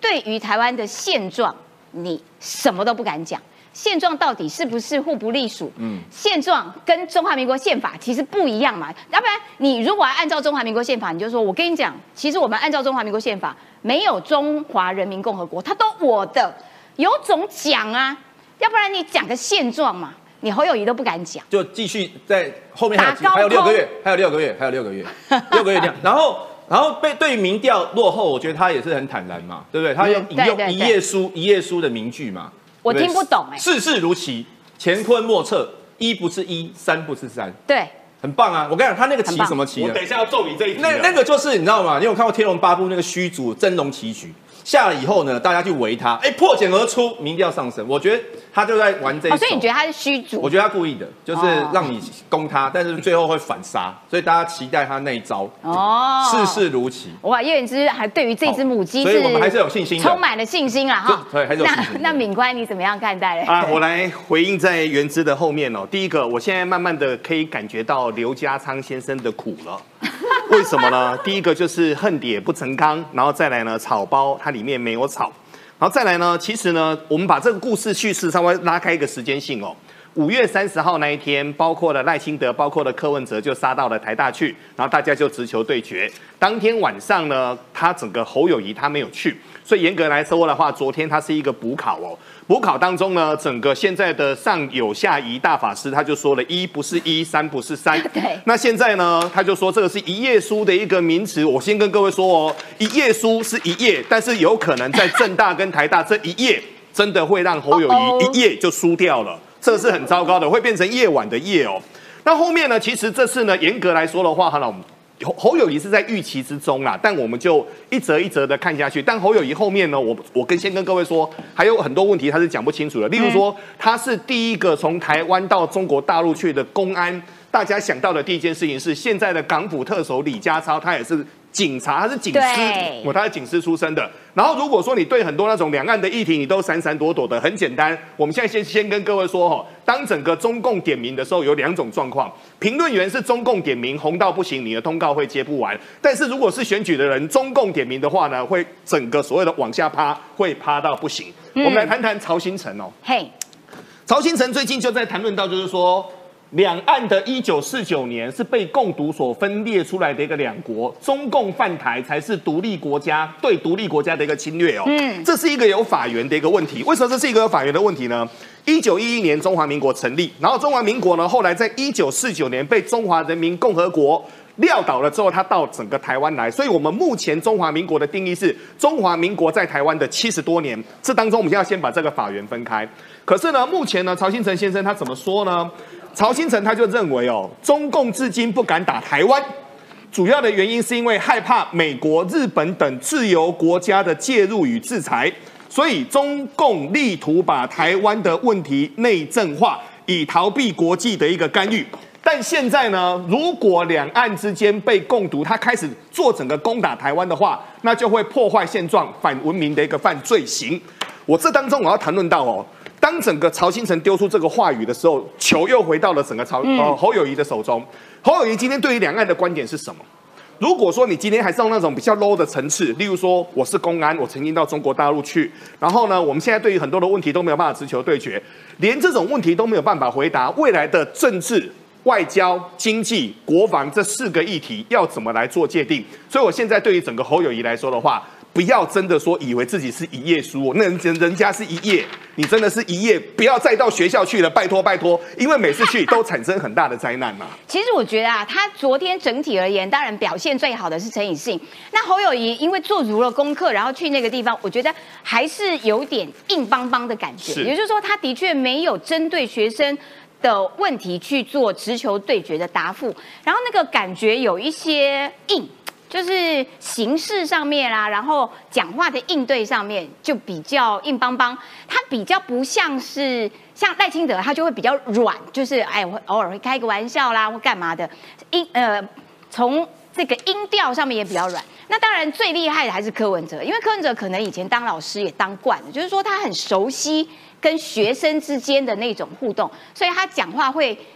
对于台湾的现状，你什么都不敢讲。现状到底是不是互不隶属？嗯，现状跟中华民国宪法其实不一样嘛。要不然你如果按照中华民国宪法，你就说我跟你讲，其实我们按照中华民国宪法，没有中华人民共和国，它都我的，有种讲啊。要不然你讲个现状嘛，你侯友宜都不敢讲， 就继续在后面还有还有六个月，还有六个月，还有六个月，六个月这样，然后。然后被对于民调落后，我觉得他也是很坦然嘛，对不对？他用引用一页书一页书的名句嘛， 我听不懂哎。 世事如棋，乾坤莫测，一不是一，三不是三， 对， 很棒啊！我跟你讲，他那个棋什么棋？ 我等一下要揍你这一题。 那那个就是你知道吗？你有看过《天龙八部》那个虚竹真龙棋局？下了以后呢，大家去围他，哎，破茧而出，民调上升。我觉得他就在玩这一手。 哦，所以你觉得他是虚竹？ 我觉得他故意的，就是让你攻他，但是最后会反杀，所以大家期待他那一招。哦，世事如棋。 哇，叶元之还对于这只母鸡， 所以我们还是有信心的， 充满了信心啦哈。 对，还是有信心。 那那敏宽你怎么样看待嘞？ 啊，我来回应在元之的后面哦。第一个，我现在慢慢的可以感觉到刘家昌先生的苦了。为什么呢？第一个就是恨铁不成钢，然后再来呢，草包它里面没有草，然后再来呢，其实呢，我们把这个故事叙事稍微拉开一个时间性哦。五月三十号那一天，包括了赖清德，包括了柯文哲，就杀到了台大去，然后大家就直球对决。当天晚上呢，他整个侯友宜他没有去，所以严格来说的话，昨天他是一个补考哦。补考当中呢，整个现在的上有下仪大法师他就说了，一不是一，三不是三。 对。 那现在呢，他就说这个是一页书的一个名词。我先跟各位说哦，一页书是一页，但是有可能在政大跟台大这一页，真的会让侯友宜一页就输掉了。这是很糟糕的，会变成夜晚的夜哦。那后面呢？其实这次呢，严格来说的话，好了，侯侯友宜是在预期之中啦，但我们就一则一则的看下去。但侯友宜后面呢，我我跟先跟各位说，还有很多问题他是讲不清楚的。例如说，他是第一个从台湾到中国大陆去的公安，大家想到的第一件事情是现在的港府特首李家超，他也是警察，他是警司，我他是警司出身的。然后如果说你对很多那种两岸的议题，你都闪闪躲躲的，很简单。我们现在先先跟各位说哈，当整个中共点名的时候，有两种状况：评论员是中共点名，红到不行，你的通告会接不完；但是如果是选举的人，中共点名的话呢，会整个所谓的往下趴，会趴到不行。嗯、我们来谈谈曹兴诚哦。 嘿， 曹兴诚最近就在谈论到，就是说。两岸的一九四九年是被共独所分裂出来的一个两国，中共犯台才是独立国家对独立国家的一个侵略哦。嗯，这是一个有法源的一个问题。为什么这是一个有法源的问题呢？一九一一年中华民国成立，然后中华民国呢，后来在一九四九年被中华人民共和国撂倒了之后，它到整个台湾来，所以我们目前中华民国的定义是中华民国在台湾的七十多年。这当中我们要先把这个法源分开。可是呢，目前呢，曹兴诚先生他怎么说呢？曹兴诚他就认为哦，中共至今不敢打台湾，主要的原因是因为害怕美国、日本等自由国家的介入与制裁，所以中共力图把台湾的问题内政化，以逃避国际的一个干预。但现在呢，如果两岸之间被共独，他开始做整个攻打台湾的话，那就会破坏现状、反文明的一个犯罪行。我这当中我要谈论到哦。当整个曹兴诚丢出这个话语的时候，球又回到了整个曹呃侯友宜的手中。侯友宜今天对于两岸的观点是什么？如果说你今天还是用那种比较 low 的层次，例如说我是公安，我曾经到中国大陆去，然后呢，我们现在对于很多的问题都没有办法直球对决，连这种问题都没有办法回答，未来的政治、外交、经济、国防这四个议题要怎么来做界定？所以我现在对于整个侯友宜来说的话，不要真的说以为自己是一页书，那人人家是一页，你真的是一页，不要再到学校去了，拜托拜托，因为每次去都产生很大的灾难嘛。 其实我觉得啊，他昨天整体而言，当然表现最好的是陈以信。那侯友宜因为做足了功课，然后去那个地方，我觉得还是有点硬邦邦的感觉。也就是说，他的确没有针对学生的问题去做直球对决的答复，然后那个感觉有一些硬。就是形式上面啦、啊，然后讲话的应对上面就比较硬邦邦，他比较不像是像赖清德，他就会比较软，就是哎，我偶尔会开个玩笑啦，或干嘛的，音呃，从这个音调上面也比较软。那当然最厉害的还是柯文哲，因为柯文哲可能以前当老师也当惯了，就是说他很熟悉跟学生之间的那种互动，所以他讲话会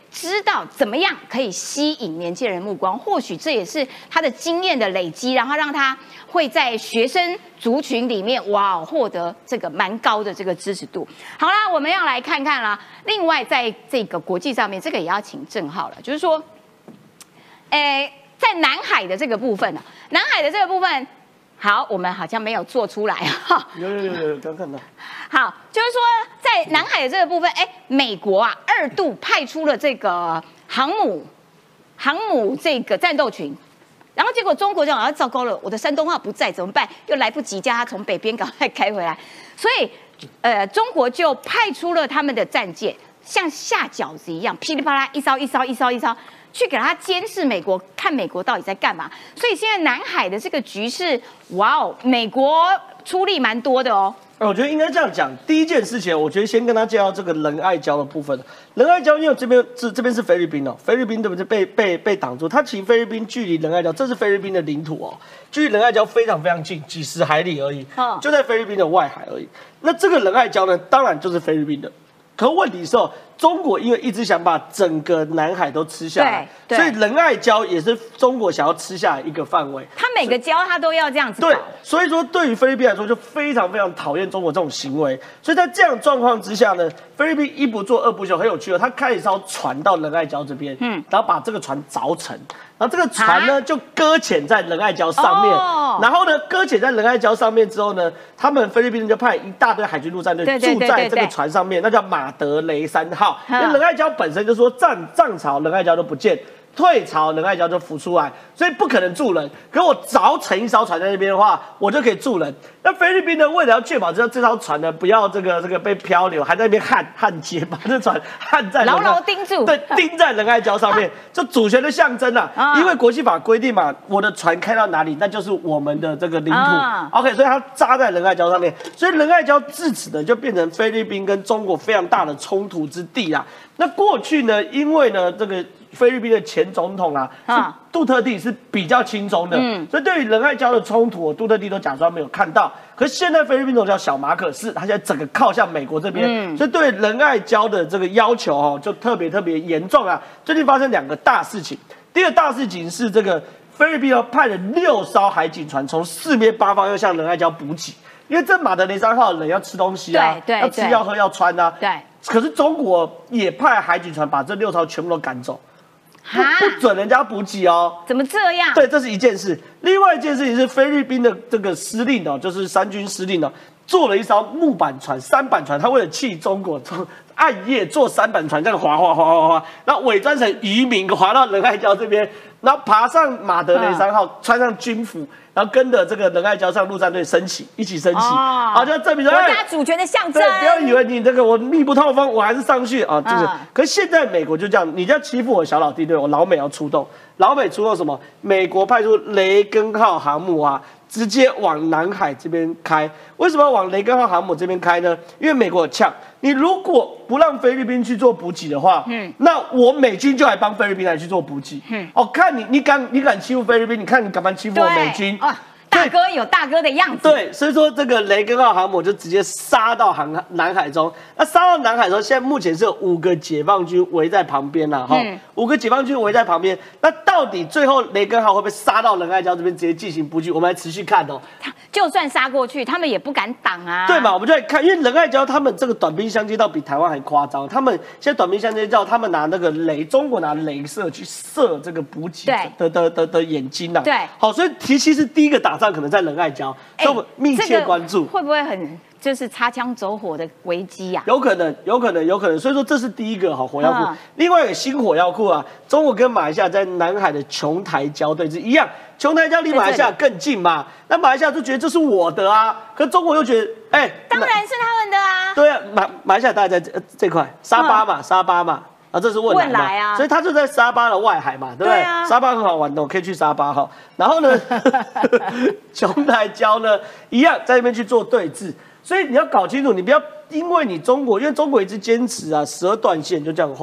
知道怎么样可以吸引年轻人目光，或许这也是他的经验的累积，然后让他会在学生族群里面哇获得这个蛮高的这个支持度。好啦，我们要来看看啦。另外，在这个国际上面，这个也要请正浩了，就是说，诶，在南海的这个部分呢、啊，南海的这个部分。好，我们好像没有做出来哈。 有有有有，刚看到。 好，就是说在南海的这个部分，哎，美国啊二度派出了这个航母，航母这个战斗群，然后结果中国就好像糟糕了，我的山东号不在怎么办？又来不及叫他从北边赶快开回来，所以呃，中国就派出了他们的战舰，像下饺子一样，噼里啪啦一艘一艘一艘一艘。去给他监视美国，看美国到底在干嘛。所以现在南海的这个局势，哇哦，美国出力蛮多的哦。 我觉得应该这样讲，第一件事情，我觉得先跟他介绍这个仁爱礁的部分。仁爱礁因为这边这这边是菲律宾哦，菲律宾对不对？被被被挡住，它其实菲律宾距离仁爱礁，这是菲律宾的领土哦，距离仁爱礁非常非常近，几十海里而已，哦、就在菲律宾的外海而已。那这个仁爱礁呢，当然就是菲律宾的。可问题是哦，中国因为一直想把整个南海都吃下来，所以仁爱礁也是中国想要吃下来一个范围。 它每个礁它都要这样子搞。 对，所以说对于菲律宾来说就非常非常讨厌中国这种行为。所以在这样状况之下呢，菲律宾一不做二不休，很有趣哦，他开一艘船到仁爱礁这边，嗯，然后把这个船凿沉。然后这个船呢就搁浅在仁爱礁上面，哦、然后呢搁浅在仁爱礁上面之后呢，他们菲律宾人就派一大堆海军陆战队住在这个船上面，那叫马德雷三号。因为仁爱礁本身就说涨涨潮仁爱礁都不见，退潮仁爱礁就浮出来，所以不可能住人。可我凿成一艘船在那边的话，我就可以住人。那菲律宾呢，为了要确保这这艘船呢不要这个这个被漂流，还在那边焊焊接，把这船焊在牢牢钉住， 对，钉在仁爱礁上面，这主权的象征啊。啊因为国际法规定嘛，我的船开到哪里，那就是我们的这个领土。啊、OK， 所以它扎在仁爱礁上面，所以仁爱礁自此呢就变成菲律宾跟中国非常大的冲突之地啦。那过去呢，因为呢这个菲律宾的前总统啊，啊杜特地是比较轻松的，嗯、所以对于仁爱礁的冲突，杜特地都假装没有看到。可是现在菲律宾总统叫小马可仕，他现在整个靠向美国这边，嗯、所以对仁爱礁的这个要求哦，就特别特别严重啊。最近发生两个大事情，第二个大事情是这个菲律宾要派了六艘海警船从四面八方要向仁爱礁补给。因为这马德雷三号的人要吃东西啊， 对对要吃要喝要穿啊， 对。 可是中国也派海警船把这六艘全部都赶走，不不准人家补给哦。 怎么这样？ 对，这是一件事。另外一件事情是菲律宾的这个司令哦，就是三军司令哦，做了一艘木板船、三板船，他为了气中国，从暗夜坐三板船这样划划划划划，然后伪装成渔民划到仁爱礁这边，然后爬上马德雷三号，嗯、穿上军服。然后跟着这个仁爱礁上陆战队升起，一起升起，哦、啊，就要证明说国家主权的象征。 对，不要以为你这个我密不透风，我还是上去啊，就是。嗯、可是现在美国就这样，你这样欺负我小老弟，对我老美要出动，老美出动什么？美国派出雷根号航母啊，直接往南海这边开。为什么要往雷根号航母这边开呢？因为美国有呛，你如果不让菲律宾去做补给的话，嗯，那我美军就来帮菲律宾来去做补给。嗯，哦，看你你敢你敢欺负菲律宾，你看你敢不敢欺负我美军？ 大哥有大哥的样子， 对，所以说这个雷根号航母就直接杀到航南海中。那杀到南海中，现在目前是有五个解放军围在旁边啦，哈、嗯，五个解放军围在旁边。那到底最后雷根号会不会杀到仁爱礁这边直接进行补给？我们来持续看哦。 就算杀过去，他们也不敢挡啊。 对嘛，我们就来看，因为仁爱礁他们这个短兵相接到比台湾还夸张。他们现在短兵相接到，他们拿那个雷，中国拿雷射去射这个补给的的的的眼睛啊。 对， 好，所以其其实第一个打仗可能在仁爱礁，所以我们密切关注， 这个、会不会很就是擦枪走火的危机呀、啊？ 有可能，有可能，有可能。所以说这是第一个好火药库，嗯、另外一个新火药库啊，中国跟马来西亚在南海的琼台礁对峙一样，琼台礁离马来西亚更近嘛，那马来西亚就觉得这是我的啊，可中国又觉得，哎、欸， 当然是他们的啊。 对啊，马马来西亚大概在这这块沙巴嘛，嗯、沙巴嘛。啊，这是汶莱嘛， 来啊， 所以他就在沙巴的外海嘛，对不对？对啊、沙巴很好玩的，我可以去沙巴哈。然后呢，琼台礁呢一样在那边去做对峙，所以你要搞清楚，你不要因为你中国，因为中国一直坚持啊，十二段线就这样画，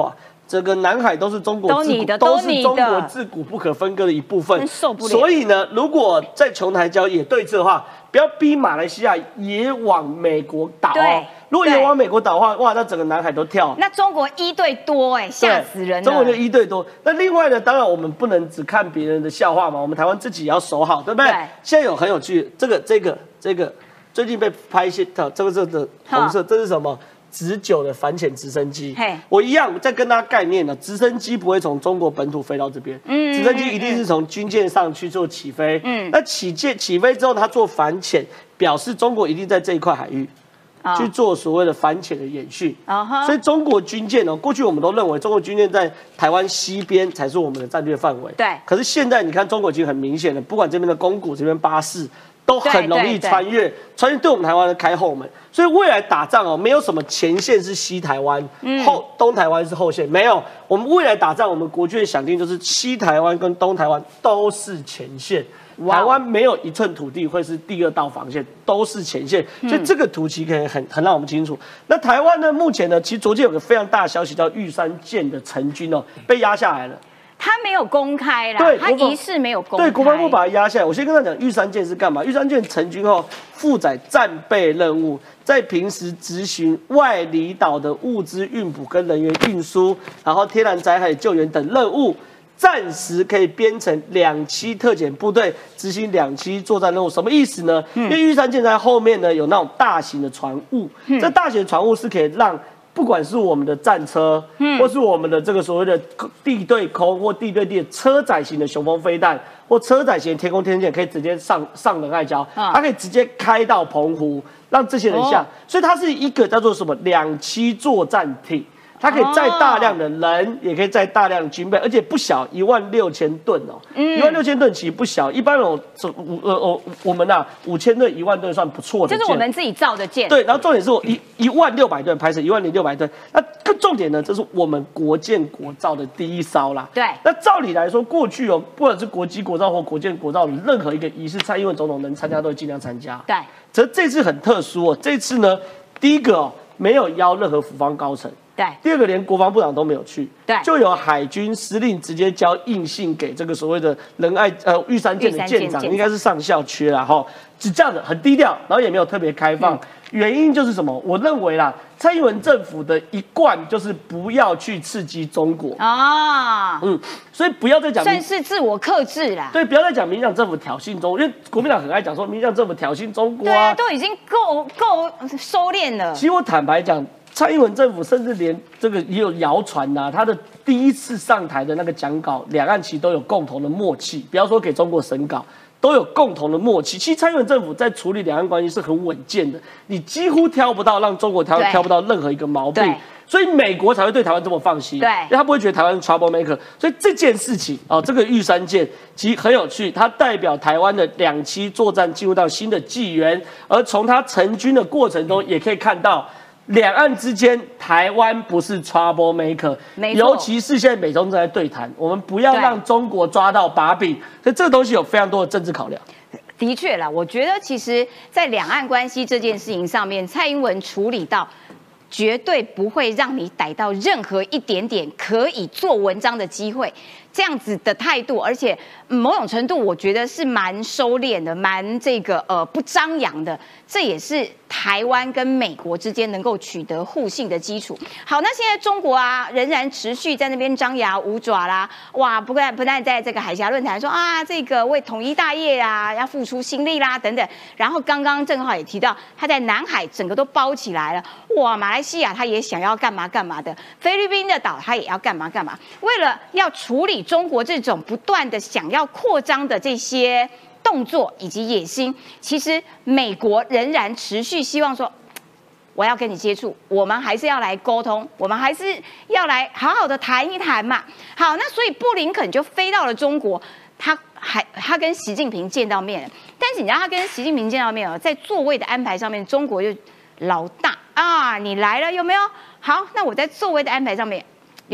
整个南海都是中国自古， 都你的都是中都你的国自古不可分割的一部分真，受不了。 所以呢，如果在琼台礁也对峙的话，不要逼马来西亚也往美国倒哦对。 如果也对往美国倒的话，哇，那整个南海都跳。 那中国一对多哎、吓死人了。 中国就一对多。那另外呢，当然我们不能只看别人的笑话嘛，我们台湾自己也要守好，对不对？ 对现在有很有趣，这个这个这个最近被拍一些，这个这个红色，这是什么？直九的反潜直升机嘿， 我一样再跟大家概念呢，直升机不会从中国本土飞到这边， 嗯直升机一定是从军舰上去做起飞， 嗯那起舰起飞之后，它做反潜，表示中国一定在这一块海域。 哦去做所谓的反潜的演训， 啊哈所以中国军舰哦，过去我们都认为中国军舰在台湾西边才是我们的战略范围， 对可是现在你看，中国已经很明显了，不管这边的宫古、这边巴士，都很容易对对穿越，穿越对我们台湾的开后门。所以未来打仗哦，没有什么前线是西台湾， 嗯后东台湾是后线，没有。我们未来打仗，我们国军的想定就是西台湾跟东台湾都是前线。 哇台湾没有一寸土地会是第二道防线，都是前线， 嗯所以这个图其实可以很很让我们清楚。那台湾呢，目前呢，其实昨天有个非常大的消息，叫玉山舰的成军哦，被压下来了。 他没有公开啦，他对国防仪式没有公开。 对，国防部把它压下来。我先跟他讲，玉山舰是干嘛？玉山舰成军后，负载战备任务，在平时执行外离岛的物资运补跟人员运输，然后天然灾害救援等任务。暂时可以编成两栖特遣部队执行两栖作战任务，什么意思呢？因为玉山舰在后面呢有那种大型的船坞，这大型的船坞是可以让不管是我们的战车，或是我们的这个所谓的地对空或地对地的车载型的雄风飞弹，或车载型的天空天线，可以直接上上仁爱礁，它可以直接开到澎湖，让这些人下，所以它是一个叫做什么两栖作战艇。它可以载大量的人，也可以载大量的军备，而且不小，一万六千吨哦，一万六千吨其实不小。一般人五呃哦，我们呐五千吨、一万吨算不错的这舰， 是我们自己造的舰。 对，然后重点是我一一万六百吨拍摄一万零六百吨，那更重点呢，这是我们国建国造的第一艘啦。 对， 那照理来说，过去哦，不管是国机国造或国建国造的任何一个仪式，蔡英文总统能参加都会尽量参加。 对， 只这次很特殊哦，这次呢，第一个哦，没有邀任何府方高层。 对， 第二个连国防部长都没有去， 对， 就有海军司令直接交印信给这个所谓的仁爱呃玉山舰的舰长，应该是上校缺啦哈，只这样子很低调，然后也没有特别开放。嗯、原因就是什么？我认为啦，蔡英文政府的一贯就是不要去刺激中国啊， 嗯，所以不要再讲算是自我克制啦。 对，不要再讲民进党政府挑衅中国，因为国民党很爱讲说民进党政府挑衅中国啊， 对啊，都已经够够收敛了。 其实我坦白讲。蔡英文政府甚至连这个也有谣传呐，他的第一次上台的那个讲稿，两岸其实都有共同的默契，不要说给中国审稿，都有共同的默契。其实蔡英文政府在处理两岸关系是很稳健的，你几乎挑不到让中国挑挑不到任何一个毛病，所以美国才会对台湾这么放心， 对， 因为他不会觉得台湾是 trouble maker。所以这件事情哦，这个玉山舰其实很有趣，它代表台湾的两栖作战进入到新的纪元，而从它成军的过程中，也可以看到。两岸之间，台湾不是 trouble maker， 尤其是现在美中正在对谈，我们不要让中国抓到把柄，所以这个东西有非常多的政治考量。 的确啦，我觉得其实，在两岸关系这件事情上面，蔡英文处理到。绝对不会让你逮到任何一点点可以做文章的机会，这样子的态度，而且某种程度我觉得是蛮收敛的，蛮这个呃不张扬的，这也是台湾跟美国之间能够取得互信的基础。好，那现在中国啊仍然持续在那边张牙舞爪啦，哇，不但不但在这个海峡论坛说啊这个为统一大业啊要付出心力啦等等，然后刚刚正好也提到他在南海整个都包起来了，哇，马来西亚他也想要干嘛干嘛的，菲律宾的岛他也要干嘛干嘛，为了要处理中国这种不断的想要扩张的这些动作以及野心，其实美国仍然持续希望说，我要跟你接触，我们还是要来沟通，我们还是要来好好的谈一谈嘛。好，那所以布林肯就飞到了中国，他还他跟习近平见到面，但是你知道他跟习近平见到面哦，在座位的安排上面，中国就老大啊，你来了有没有？好，那我在座位的安排上面有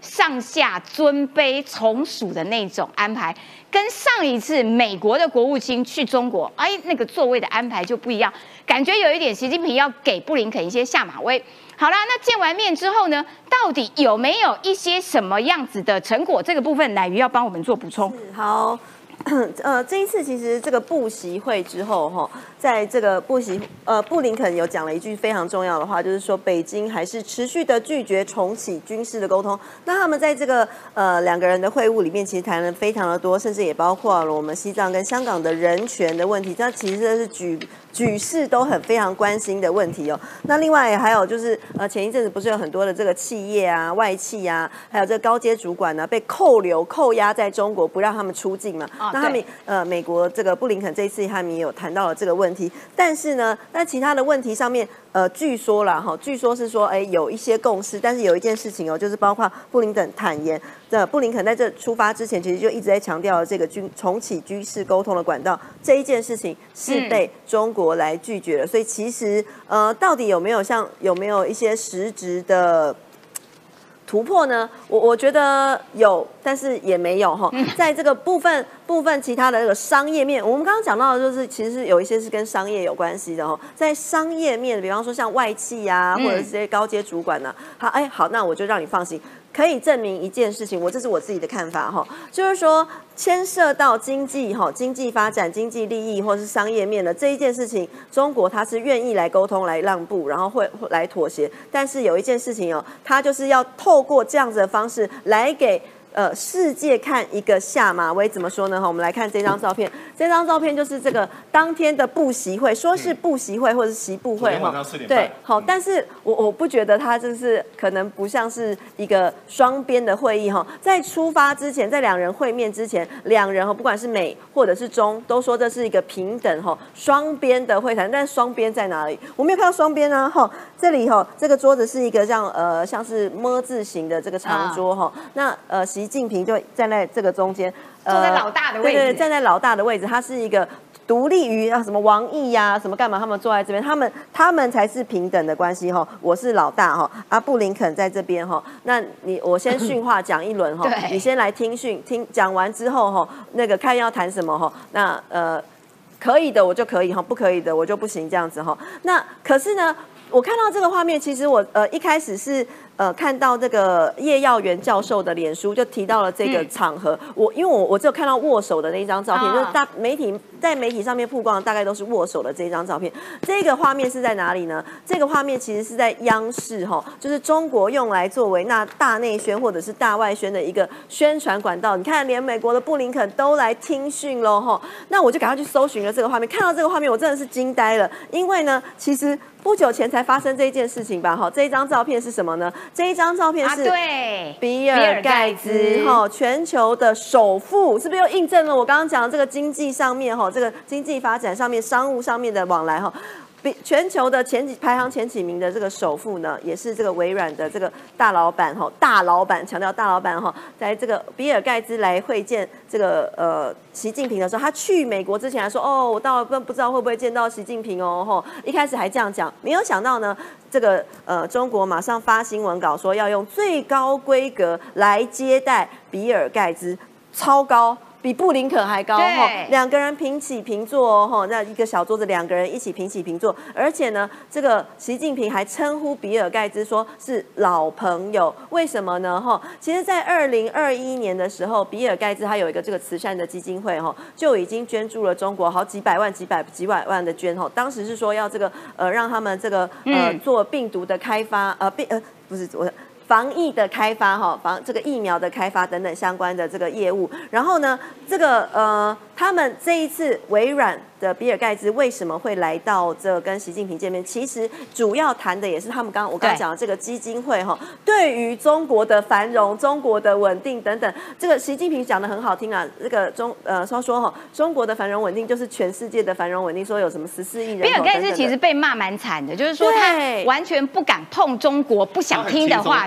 上下尊卑从属的那种安排，跟上一次美国的国务卿去中国，哎，那个座位的安排就不一样，感觉有一点习近平要给布林肯一些下马威。好啦，那见完面之后呢，到底有没有一些什么样子的成果？这个部分乃瑜要帮我们做补充。 好。呃，这一次其实这个布席会之后，哈，在这个布席呃布林肯有讲了一句非常重要的话，就是说北京还是持续的拒绝重启军事的沟通。那他们在这个呃两个人的会晤里面，其实谈了非常的多，甚至也包括了我们西藏跟香港的人权的问题，这其实是举举世都很非常关心的问题哦。那另外还有就是呃前一阵子不是有很多的这个企业啊、外企啊，还有这个高阶主管呢、啊、被扣留、扣押在中国，不让他们出境嘛。哦、那他们呃美国这个布林肯这一次他们也有谈到了这个问题，但是呢，那其他的问题上面。呃，据说啦，哈，据说是说，哎，有一些共识，但是有一件事情哦，就是包括布林肯坦言，这布林肯在这出发之前，其实就一直在强调这个军重启军事沟通的管道这一件事情是被中国来拒绝了，嗯、所以其实呃，到底有没有像有没有一些实质的突破呢？我我觉得有，但是也没有哈。在这个部分部分其他的这个商业面，我们刚刚讲到的就是，其实有一些是跟商业有关系的哈。在商业面，比方说像外企啊，或者是这些高阶主管呢、啊，好，哎，好，那我就让你放心。可以证明一件事情，我这是我自己的看法哈，就是说牵涉到经济哈、经济发展、经济利益或是商业面的这一件事情，中国它是愿意来沟通、来让步，然后会来妥协。但是有一件事情哦，它就是要透过这样子的方式来给。呃，世界看一个下马威，怎么说呢？哈，我们来看这张照片。这张照片就是这个当天的布席会，说是布席会或者是席部会哈。对，好，但是我我不觉得它就是可能不像是一个双边的会议哈。在出发之前，在两人会面之前，两人哈，不管是美或者是中，都说这是一个平等哈双边的会谈。但是双边在哪里？我没有看到双边啊哈。这里哈，这个桌子是一个像呃像是么字形的这个长桌哈。那呃习近平就站在这个中间， 坐在老大的位置， 对对，站在老大的位置，他是一个独立于啊什么王毅呀、啊、什么干嘛，他们坐在这边，他们他们才是平等的关系哈。我是老大哈，啊布林肯在这边哈，那你我先训话讲一轮哈，你先来听训，听讲完之后哈，那个看要谈什么哈，那呃可以的我就可以哈，不可以的我就不行这样子哈。那可是呢，我看到这个画面，其实我呃一开始是。呃，看到这个叶耀元教授的脸书就提到了这个场合，嗯、我因为我我只有看到握手的那一张照片，啊、就是大媒体在媒体上面曝光的大概都是握手的这一张照片。这个画面是在哪里呢？这个画面其实是在央视哈，就是中国用来作为那大内宣或者是大外宣的一个宣传管道。你看，连美国的布林肯都来听讯喽哈。那我就赶快去搜寻了这个画面，看到这个画面我真的是惊呆了，因为呢，其实。不久前才发生这一件事情吧？哈，这一张照片是什么呢？这一张照片是比尔盖茨哈，全球的首富，是不是又印证了我刚刚讲的这个经济上面哈，这个经济发展上面、商务上面的往来哈？比全球的前几排行前几名的这个首富呢，也是这个微软的这个大老板哈，大老板强调大老板哈，在这个比尔盖茨来会见这个呃习近平的时候，他去美国之前还说哦，我到不不知道会不会见到习近平哦吼，一开始还这样讲，没有想到呢，这个呃中国马上发新闻稿说要用最高规格来接待比尔盖茨，超高。比布林肯还高哈，两个人平起平坐哦，那一个小桌子两个人一起平起平坐，而且呢，这个习近平还称呼比尔盖茨说是老朋友，为什么呢？哈，其实，在二零二一年的时候，比尔盖茨他有一个这个慈善的基金会哈，就已经捐助了中国好几百万、几百几百万的捐哈，当时是说要这个呃让他们这个呃做病毒的开发呃病呃不是我。防疫的开发哈，防这个疫苗的开发等等相关的这个业务，然后呢，这个呃，他们这一次微软的比尔盖茨为什么会来到这跟习近平见面？其实主要谈的也是他们刚刚我刚刚讲的这个基金会哈，对于中国的繁荣、中国的稳定等等，这个习近平讲的很好听啊，这个中呃说说哈，中国的繁荣稳定就是全世界的繁荣稳定，说有什么十四亿人口等等的。 比尔盖茨其实被骂蛮惨的，就是说他完全不敢碰中国不想听的话。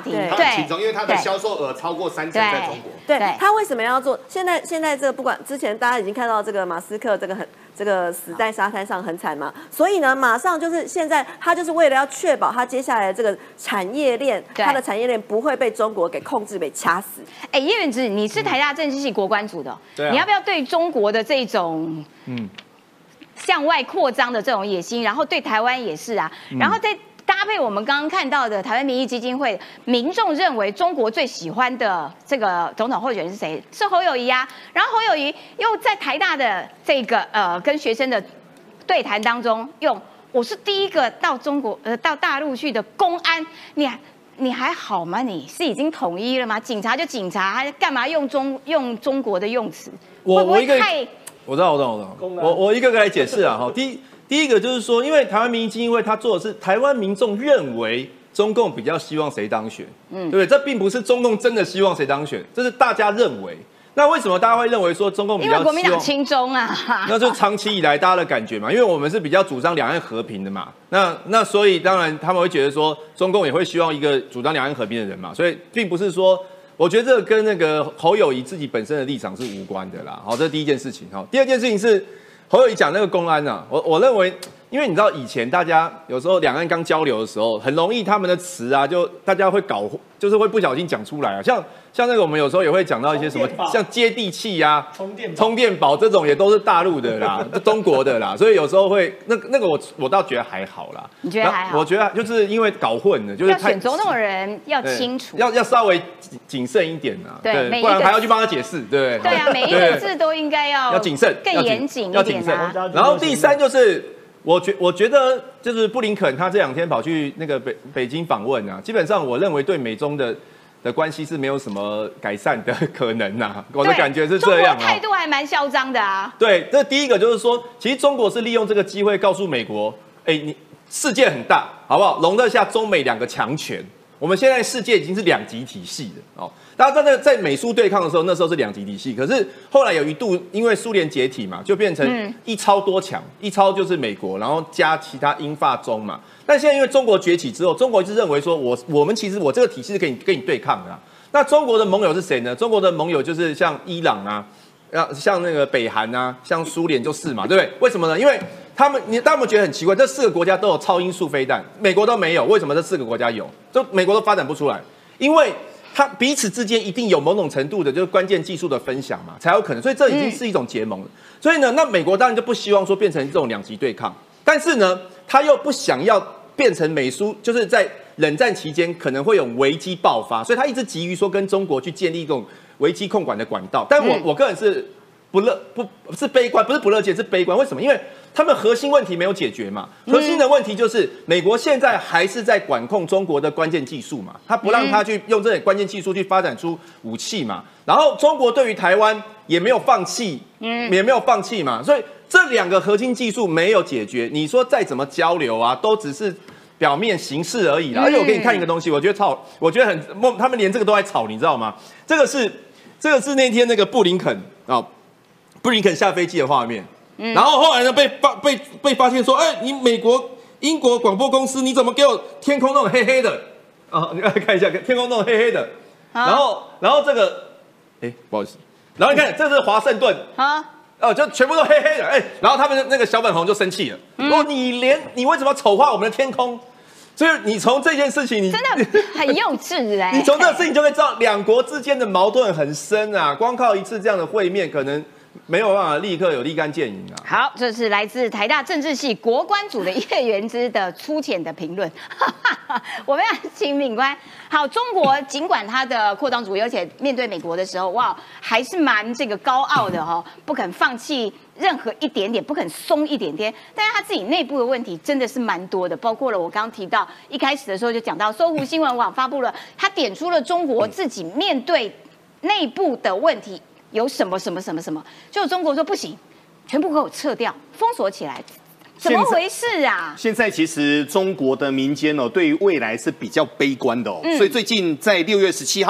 题。 它很轻松，因为它的销售额超过三成在中国。 对，他为什么要做？现在现在这个不管之前大家已经看到这个马斯克这个很这个死在沙滩上很惨嘛，所以呢，马上就是现在他就是为了要确保他接下来的这个产业链，他的产业链不会被中国给控制、被掐死。 哎，叶元之，你是台大政治系国关组的， 对啊、 你要不要对中国的这种嗯向外扩张的这种野心，然后对台湾也是啊，嗯、然后再搭配我们刚刚看到的台湾民意基金会，民众认为中国最喜欢的这个总统候选人是谁？是侯友宜啊。然后侯友宜又在台大的这个呃跟学生的对谈当中，用我是第一个到中国呃到大陆去的公安，你你还好吗？你是已经统一了吗？警察就警察，还干嘛用中用中国的用词？ 我我一个太我知道我知道我知道，我我一个个来解释啊。好，第一。第一个就是说，因为台湾民意基金会他做的是台湾民众认为中共比较希望谁当选，嗯，对不对？这并不是中共真的希望谁当选，这是大家认为。那为什么大家会认为说中共比较希望？ 因为国民党亲中啊， 那就长期以来大家的感觉嘛，因为我们是比较主张两岸和平的嘛，那那所以当然他们会觉得说中共也会希望一个主张两岸和平的人嘛，所以并不是说，我觉得这个跟那个侯友宜自己本身的立场是无关的啦。好，这是第一件事情。好，第二件事情是。侯友宜讲那个公安啊，我我认为，因为你知道以前大家有时候两岸刚交流的时候，很容易他们的词啊，就大家会搞，就是会不小心讲出来啊。像像那个我们有时候也会讲到一些什么，像接地气啊、充电充电宝这种也都是大陆的啦，中国的啦，所以有时候会那那个我我倒觉得还好啦。 你觉得还好？ 我觉得就是因为搞混了，就是要选总统的人要清楚， 要要稍微谨慎一点啊，对，不然还要去帮他解释，对对啊，每一个字都应该要要谨慎， 更严谨一点啊。 然后第三就是。我觉我觉得就是布林肯他这两天跑去那个北北京访问啊，基本上我认为对美中的的关系是没有什么改善的可能呐、啊，我的感觉是这样啊。 中国态度还蛮嚣张的啊。 对，这第一个就是说，其实中国是利用这个机会告诉美国，哎，你世界很大，好不好？容得下中美两个强权。我们现在世界已经是两极体系的哦。大家在那在美苏对抗的时候，那时候是两极体系，可是后来有一度因为苏联解体嘛，就变成一超多强，一超就是美国，然后加其他英法中嘛。但现在因为中国崛起之后，中国一直认为说我我们其实我这个体系是跟你跟你对抗的、啊。那中国的盟友是谁呢？中国的盟友就是像伊朗啊，像那个北韩啊，像苏联就是嘛，对不对？为什么呢？因为他们，你他们觉得很奇怪，这四个国家都有超音速飞弹，美国都没有，为什么这四个国家有？就美国都发展不出来，因为它彼此之间一定有某种程度的，就是关键技术的分享嘛，才有可能。所以这已经是一种结盟了。嗯、所以呢，那美国当然就不希望说变成这种两极对抗，但是呢，他又不想要变成美苏，就是在冷战期间可能会有危机爆发，所以他一直急于说跟中国去建立一种危机控管的管道。但我、嗯、我个人是不乐不是悲观，不是不乐见，是悲观。为什么？因为他们核心问题没有解决嘛，核心的问题就是美国现在还是在管控中国的关键技术嘛，他不让他去用这些关键技术去发展出武器嘛，然后中国对于台湾也没有放弃，嗯，也没有放弃嘛，所以这两个核心技术没有解决，你说再怎么交流啊，都只是表面形式而已啦。而且我给你看一个东西，我觉得吵，我觉得很，他们连这个都在吵，你知道吗？这个是这个是那天那个布林肯啊、哦，布林肯下飞机的画面。嗯、然后后来呢，被发被被发现说，哎、欸，你美国英国广播公司，你怎么给我天空那种黑黑的？啊，你来看一下，天空那种黑黑的。啊、然后然后这个，哎、欸，不好意思，然后你看这是华盛顿啊，哦，就全部都黑黑的，哎、欸，然后他们的那个小粉红就生气了，嗯、说你连你为什么丑化我们的天空？所以你从这件事情你， 你真的很幼稚哎、欸， 你从这个事情就会知道两国之间的矛盾很深啊，光靠一次这样的会面可能。没有办法立刻有立竿见影啊！ 好，这是来自台大政治系国关组的叶元之的粗浅的评论。我们要请敏官。好，中国尽管它的扩张主义，而且面对美国的时候，哇，还是蛮这个高傲的哦，不肯放弃任何一点点，不肯松一点点。但是他自己内部的问题真的是蛮多的，包括了我刚刚提到一开始的时候就讲到，搜狐新闻网发布了，他点出了中国自己面对内部的问题。有什么什么什么什么？就中国说不行，全部给我撤掉，封锁起来，怎么回事啊？ 现在其实中国的民间哦，对于未来是比较悲观的哦。嗯、所以最近在六月十七号，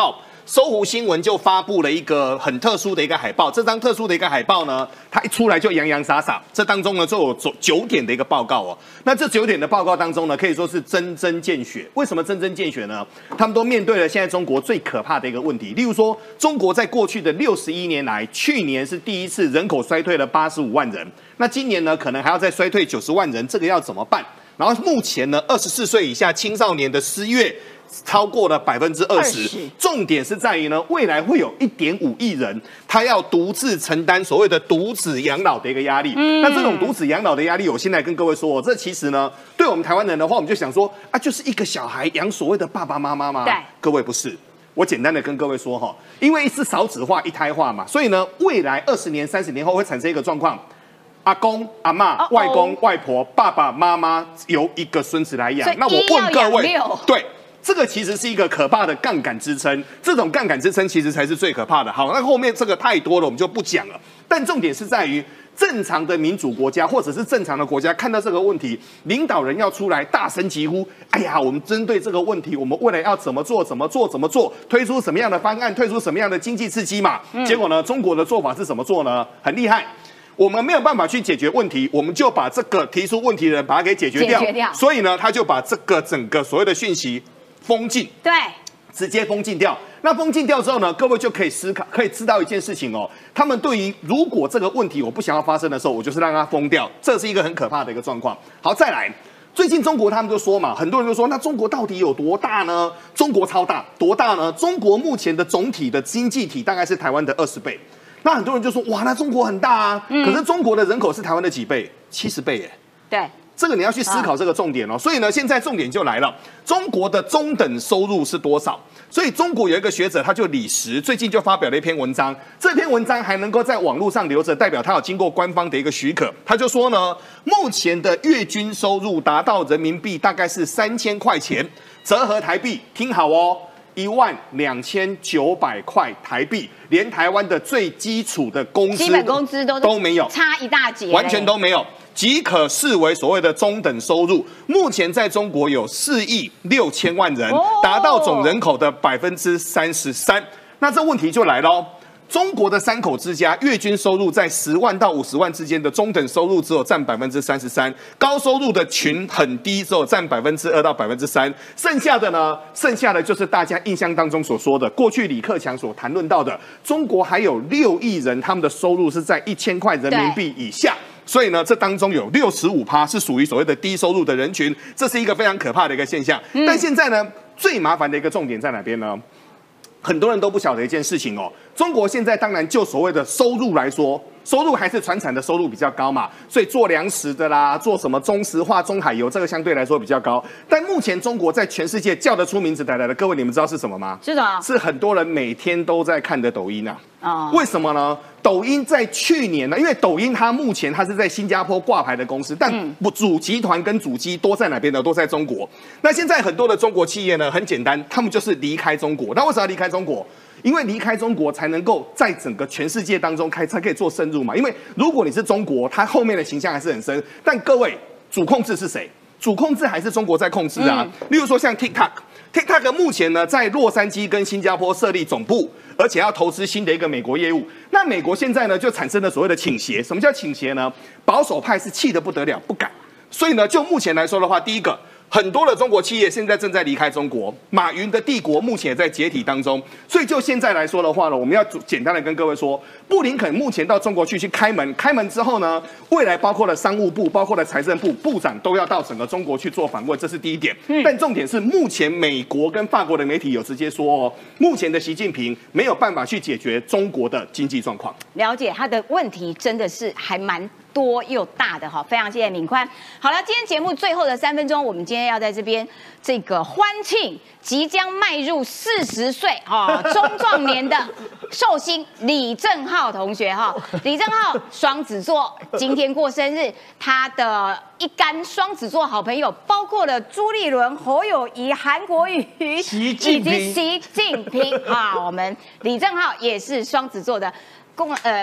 搜狐新闻就发布了一个很特殊的一个海报。这张特殊的一个海报呢，它一出来就洋洋洒洒。这当中呢，就有九点的一个报告哦。那这九点的报告当中呢，可以说是针针见血。为什么针针见血呢？他们都面对了现在中国最可怕的一个问题。例如说，中国在过去的六十一年来，去年是第一次人口衰退了八十五万人。那今年呢，可能还要再衰退九十万人，这个要怎么办？然后目前呢，二十四岁以下青少年的失业超过了百分之二十。重点是在于呢，未来会有一点五亿人，他要独自承担所谓的独子养老的一个压力。嗯、那这种独子养老的压力，我现在跟各位说，这其实呢，对我们台湾人的话，我们就想说啊，就是一个小孩养所谓的爸爸妈妈吗？ 对， 各位不是。我简单的跟各位说哈，因为是少子化、一胎化嘛，所以呢，未来二十年、三十年后会产生一个状况。阿公、阿嬷、外公、外婆、爸爸妈妈由一个孙子来养。那我问各位，对，这个其实是一个可怕的杠杆支撑。这种杠杆支撑其实才是最可怕的。好，那后面这个太多了，我们就不讲了。但重点是在于，正常的民主国家或者是正常的国家，看到这个问题，领导人要出来大声疾呼：哎呀，我们针对这个问题，我们未来要怎么做？怎么做？怎么做？推出什么样的方案？推出什么样的经济刺激嘛？嗯、结果呢，中国的做法是怎么做呢？很厉害。我们没有办法去解决问题，我们就把这个提出问题的人把它给解决掉。解决掉。所以呢，他就把这个整个所谓的讯息封禁， 对， 直接封禁掉。那封禁掉之后呢，各位就可以思考，可以知道一件事情哦。他们对于如果这个问题我不想要发生的时候，我就是让它封掉，这是一个很可怕的一个状况。好，再来，最近中国他们就说嘛，很多人就说，那中国到底有多大呢？中国超大，多大呢？中国目前的总体的经济体大概是台湾的二十倍。那很多人就说，哇，那中国很大啊，嗯、可是中国的人口是台湾的几倍？七十倍耶。 对， 这个你要去思考这个重点哦。所以呢，现在重点就来了，中国的中等收入是多少？所以中国有一个学者，他就李石，最近就发表了一篇文章，这篇文章还能够在网络上留着，代表他有经过官方的一个许可。他就说呢，目前的月均收入达到人民币大概是三千块钱，折合台币，听好哦。一万两千九百块台币，连台湾的最基础的工资、 基本工资都都没有， 差一大截， 完全都没有，即可视为所谓的中等收入。目前在中国有四亿六千万人，达到总人口的百分之三十三。那这问题就来喽。中国的三口之家月均收入在十万到五十万之间的中等收入只有占百分之三十三，高收入的群很低，只有占百分之二到百分之三，剩下的呢，剩下的就是大家印象当中所说的，过去李克强所谈论到的，中国还有六亿人，他们的收入是在一千块人民币以下。所以呢，这当中有六十五趴是属于所谓的低收入的人群，这是一个非常可怕的一个现象。嗯、但现在呢，最麻烦的一个重点在哪边呢？很多人都不晓得一件事情哦，中国现在当然就所谓的收入来说，收入还是传产的收入比较高嘛，所以做粮食的啦，做什么中石化、中海油，这个相对来说比较高。但目前中国在全世界叫得出名字的来的，各位你们知道是什么吗？ 是什么？ 是很多人每天都在看的抖音啊。哦，为什么呢？抖音在去年呢，因为抖音它目前它是在新加坡挂牌的公司，但不主集团跟主机都在哪边呢？都在中国。那现在很多的中国企业呢，很简单，他们就是离开中国。那为什么要离开中国？因为离开中国才能够在整个全世界当中开才可以做深入嘛。因为如果你是中国，它后面的形象还是很深。但各位，主控制是谁？主控制还是中国在控制啊。嗯、例如说像 TikTok。TikTok 目前呢在洛杉矶跟新加坡设立总部，而且要投资新的一个美国业务。那美国现在呢就产生了所谓的倾斜。什么叫倾斜呢？保守派是气得不得了，不敢。所以呢，就目前来说的话，第一个，很多的中国企业现在正在离开中国，马云的帝国目前也在解体当中。所以就现在来说的话呢，我们要简单的跟各位说，布林肯目前到中国去去开门，开门之后呢，未来包括了商务部、包括了财政部部长都要到整个中国去做访问，这是第一点。嗯、但重点是，目前美国跟法国的媒体有直接说哦，目前的习近平没有办法去解决中国的经济状况。 了解他的问题真的是还蛮多又大的哈，非常谢谢敏宽。好了，今天节目最后的三分钟，我们今天要在这边这个欢庆即将迈入四十岁哈中壮年的寿星李正浩同学哈。李正浩双子座，今天过生日，他的一干双子座好朋友包括了朱立伦、侯友宜、韩国瑜习近平以及习近平啊。我们李正浩也是双子座的公呃。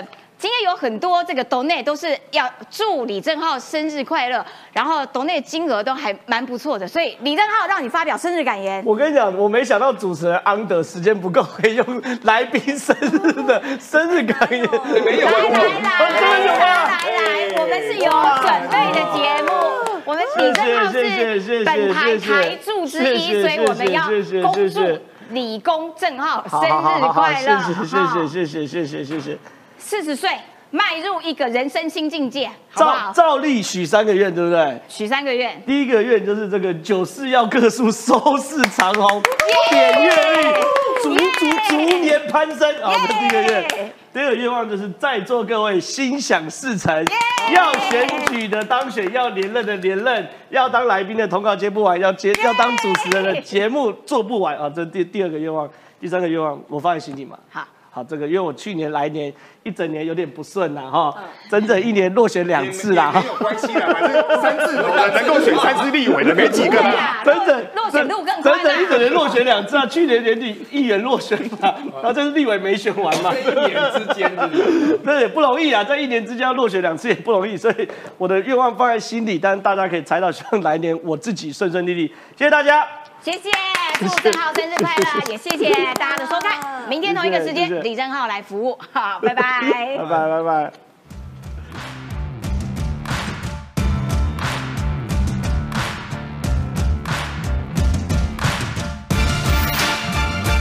今天有很多这个斗内都是要祝李正皓生日快乐，然后斗内金额都还蛮不错的，所以李正皓让你发表生日感言。 我跟你讲，我没想到主持人安德时间不够，可以用来宾生日的生日感言。 没有， 来来来真的有吗？ 来来，我们是有准备的节目，我们李正皓是本台台柱之一，所以我们要恭祝李公正皓生日快乐。 谢谢谢谢谢谢谢谢谢。 四十岁迈入一个人生新境界，好不好？ 照例许三个愿，对不对？ 许三个愿。 第一个愿就是这个九四要个数收视长红，点阅率逐逐逐年攀升啊！我们第一个愿。第二个愿望就是在座各位心想事成，要选举的当选，要连任的连任，要当来宾的通告接不完，要接要当主持人的节目做不完啊！这第第二个愿望，第三个愿望我放在心里嘛。 好。 好，这个因为我去年来年一整年有点不顺啦，哈，整整一年落选两次啦， 没有关系啦，反正三字头的能够选三次立委的没几个啦， 整整落选路更快， 整整一整年落选两次啊，去年年底议员落选嘛，然后这是立委没选完嘛， 一年之间是这也不容易啊，在一年之间要落选两次也不容易，所以我的愿望放在心里，但是大家可以猜到，希望来年我自己顺顺利利，谢谢大家。 谢谢，祝正皓生日快乐，也谢谢大家的收看。明天同一个时间，李正皓来服务。好，拜拜， 拜拜，拜拜。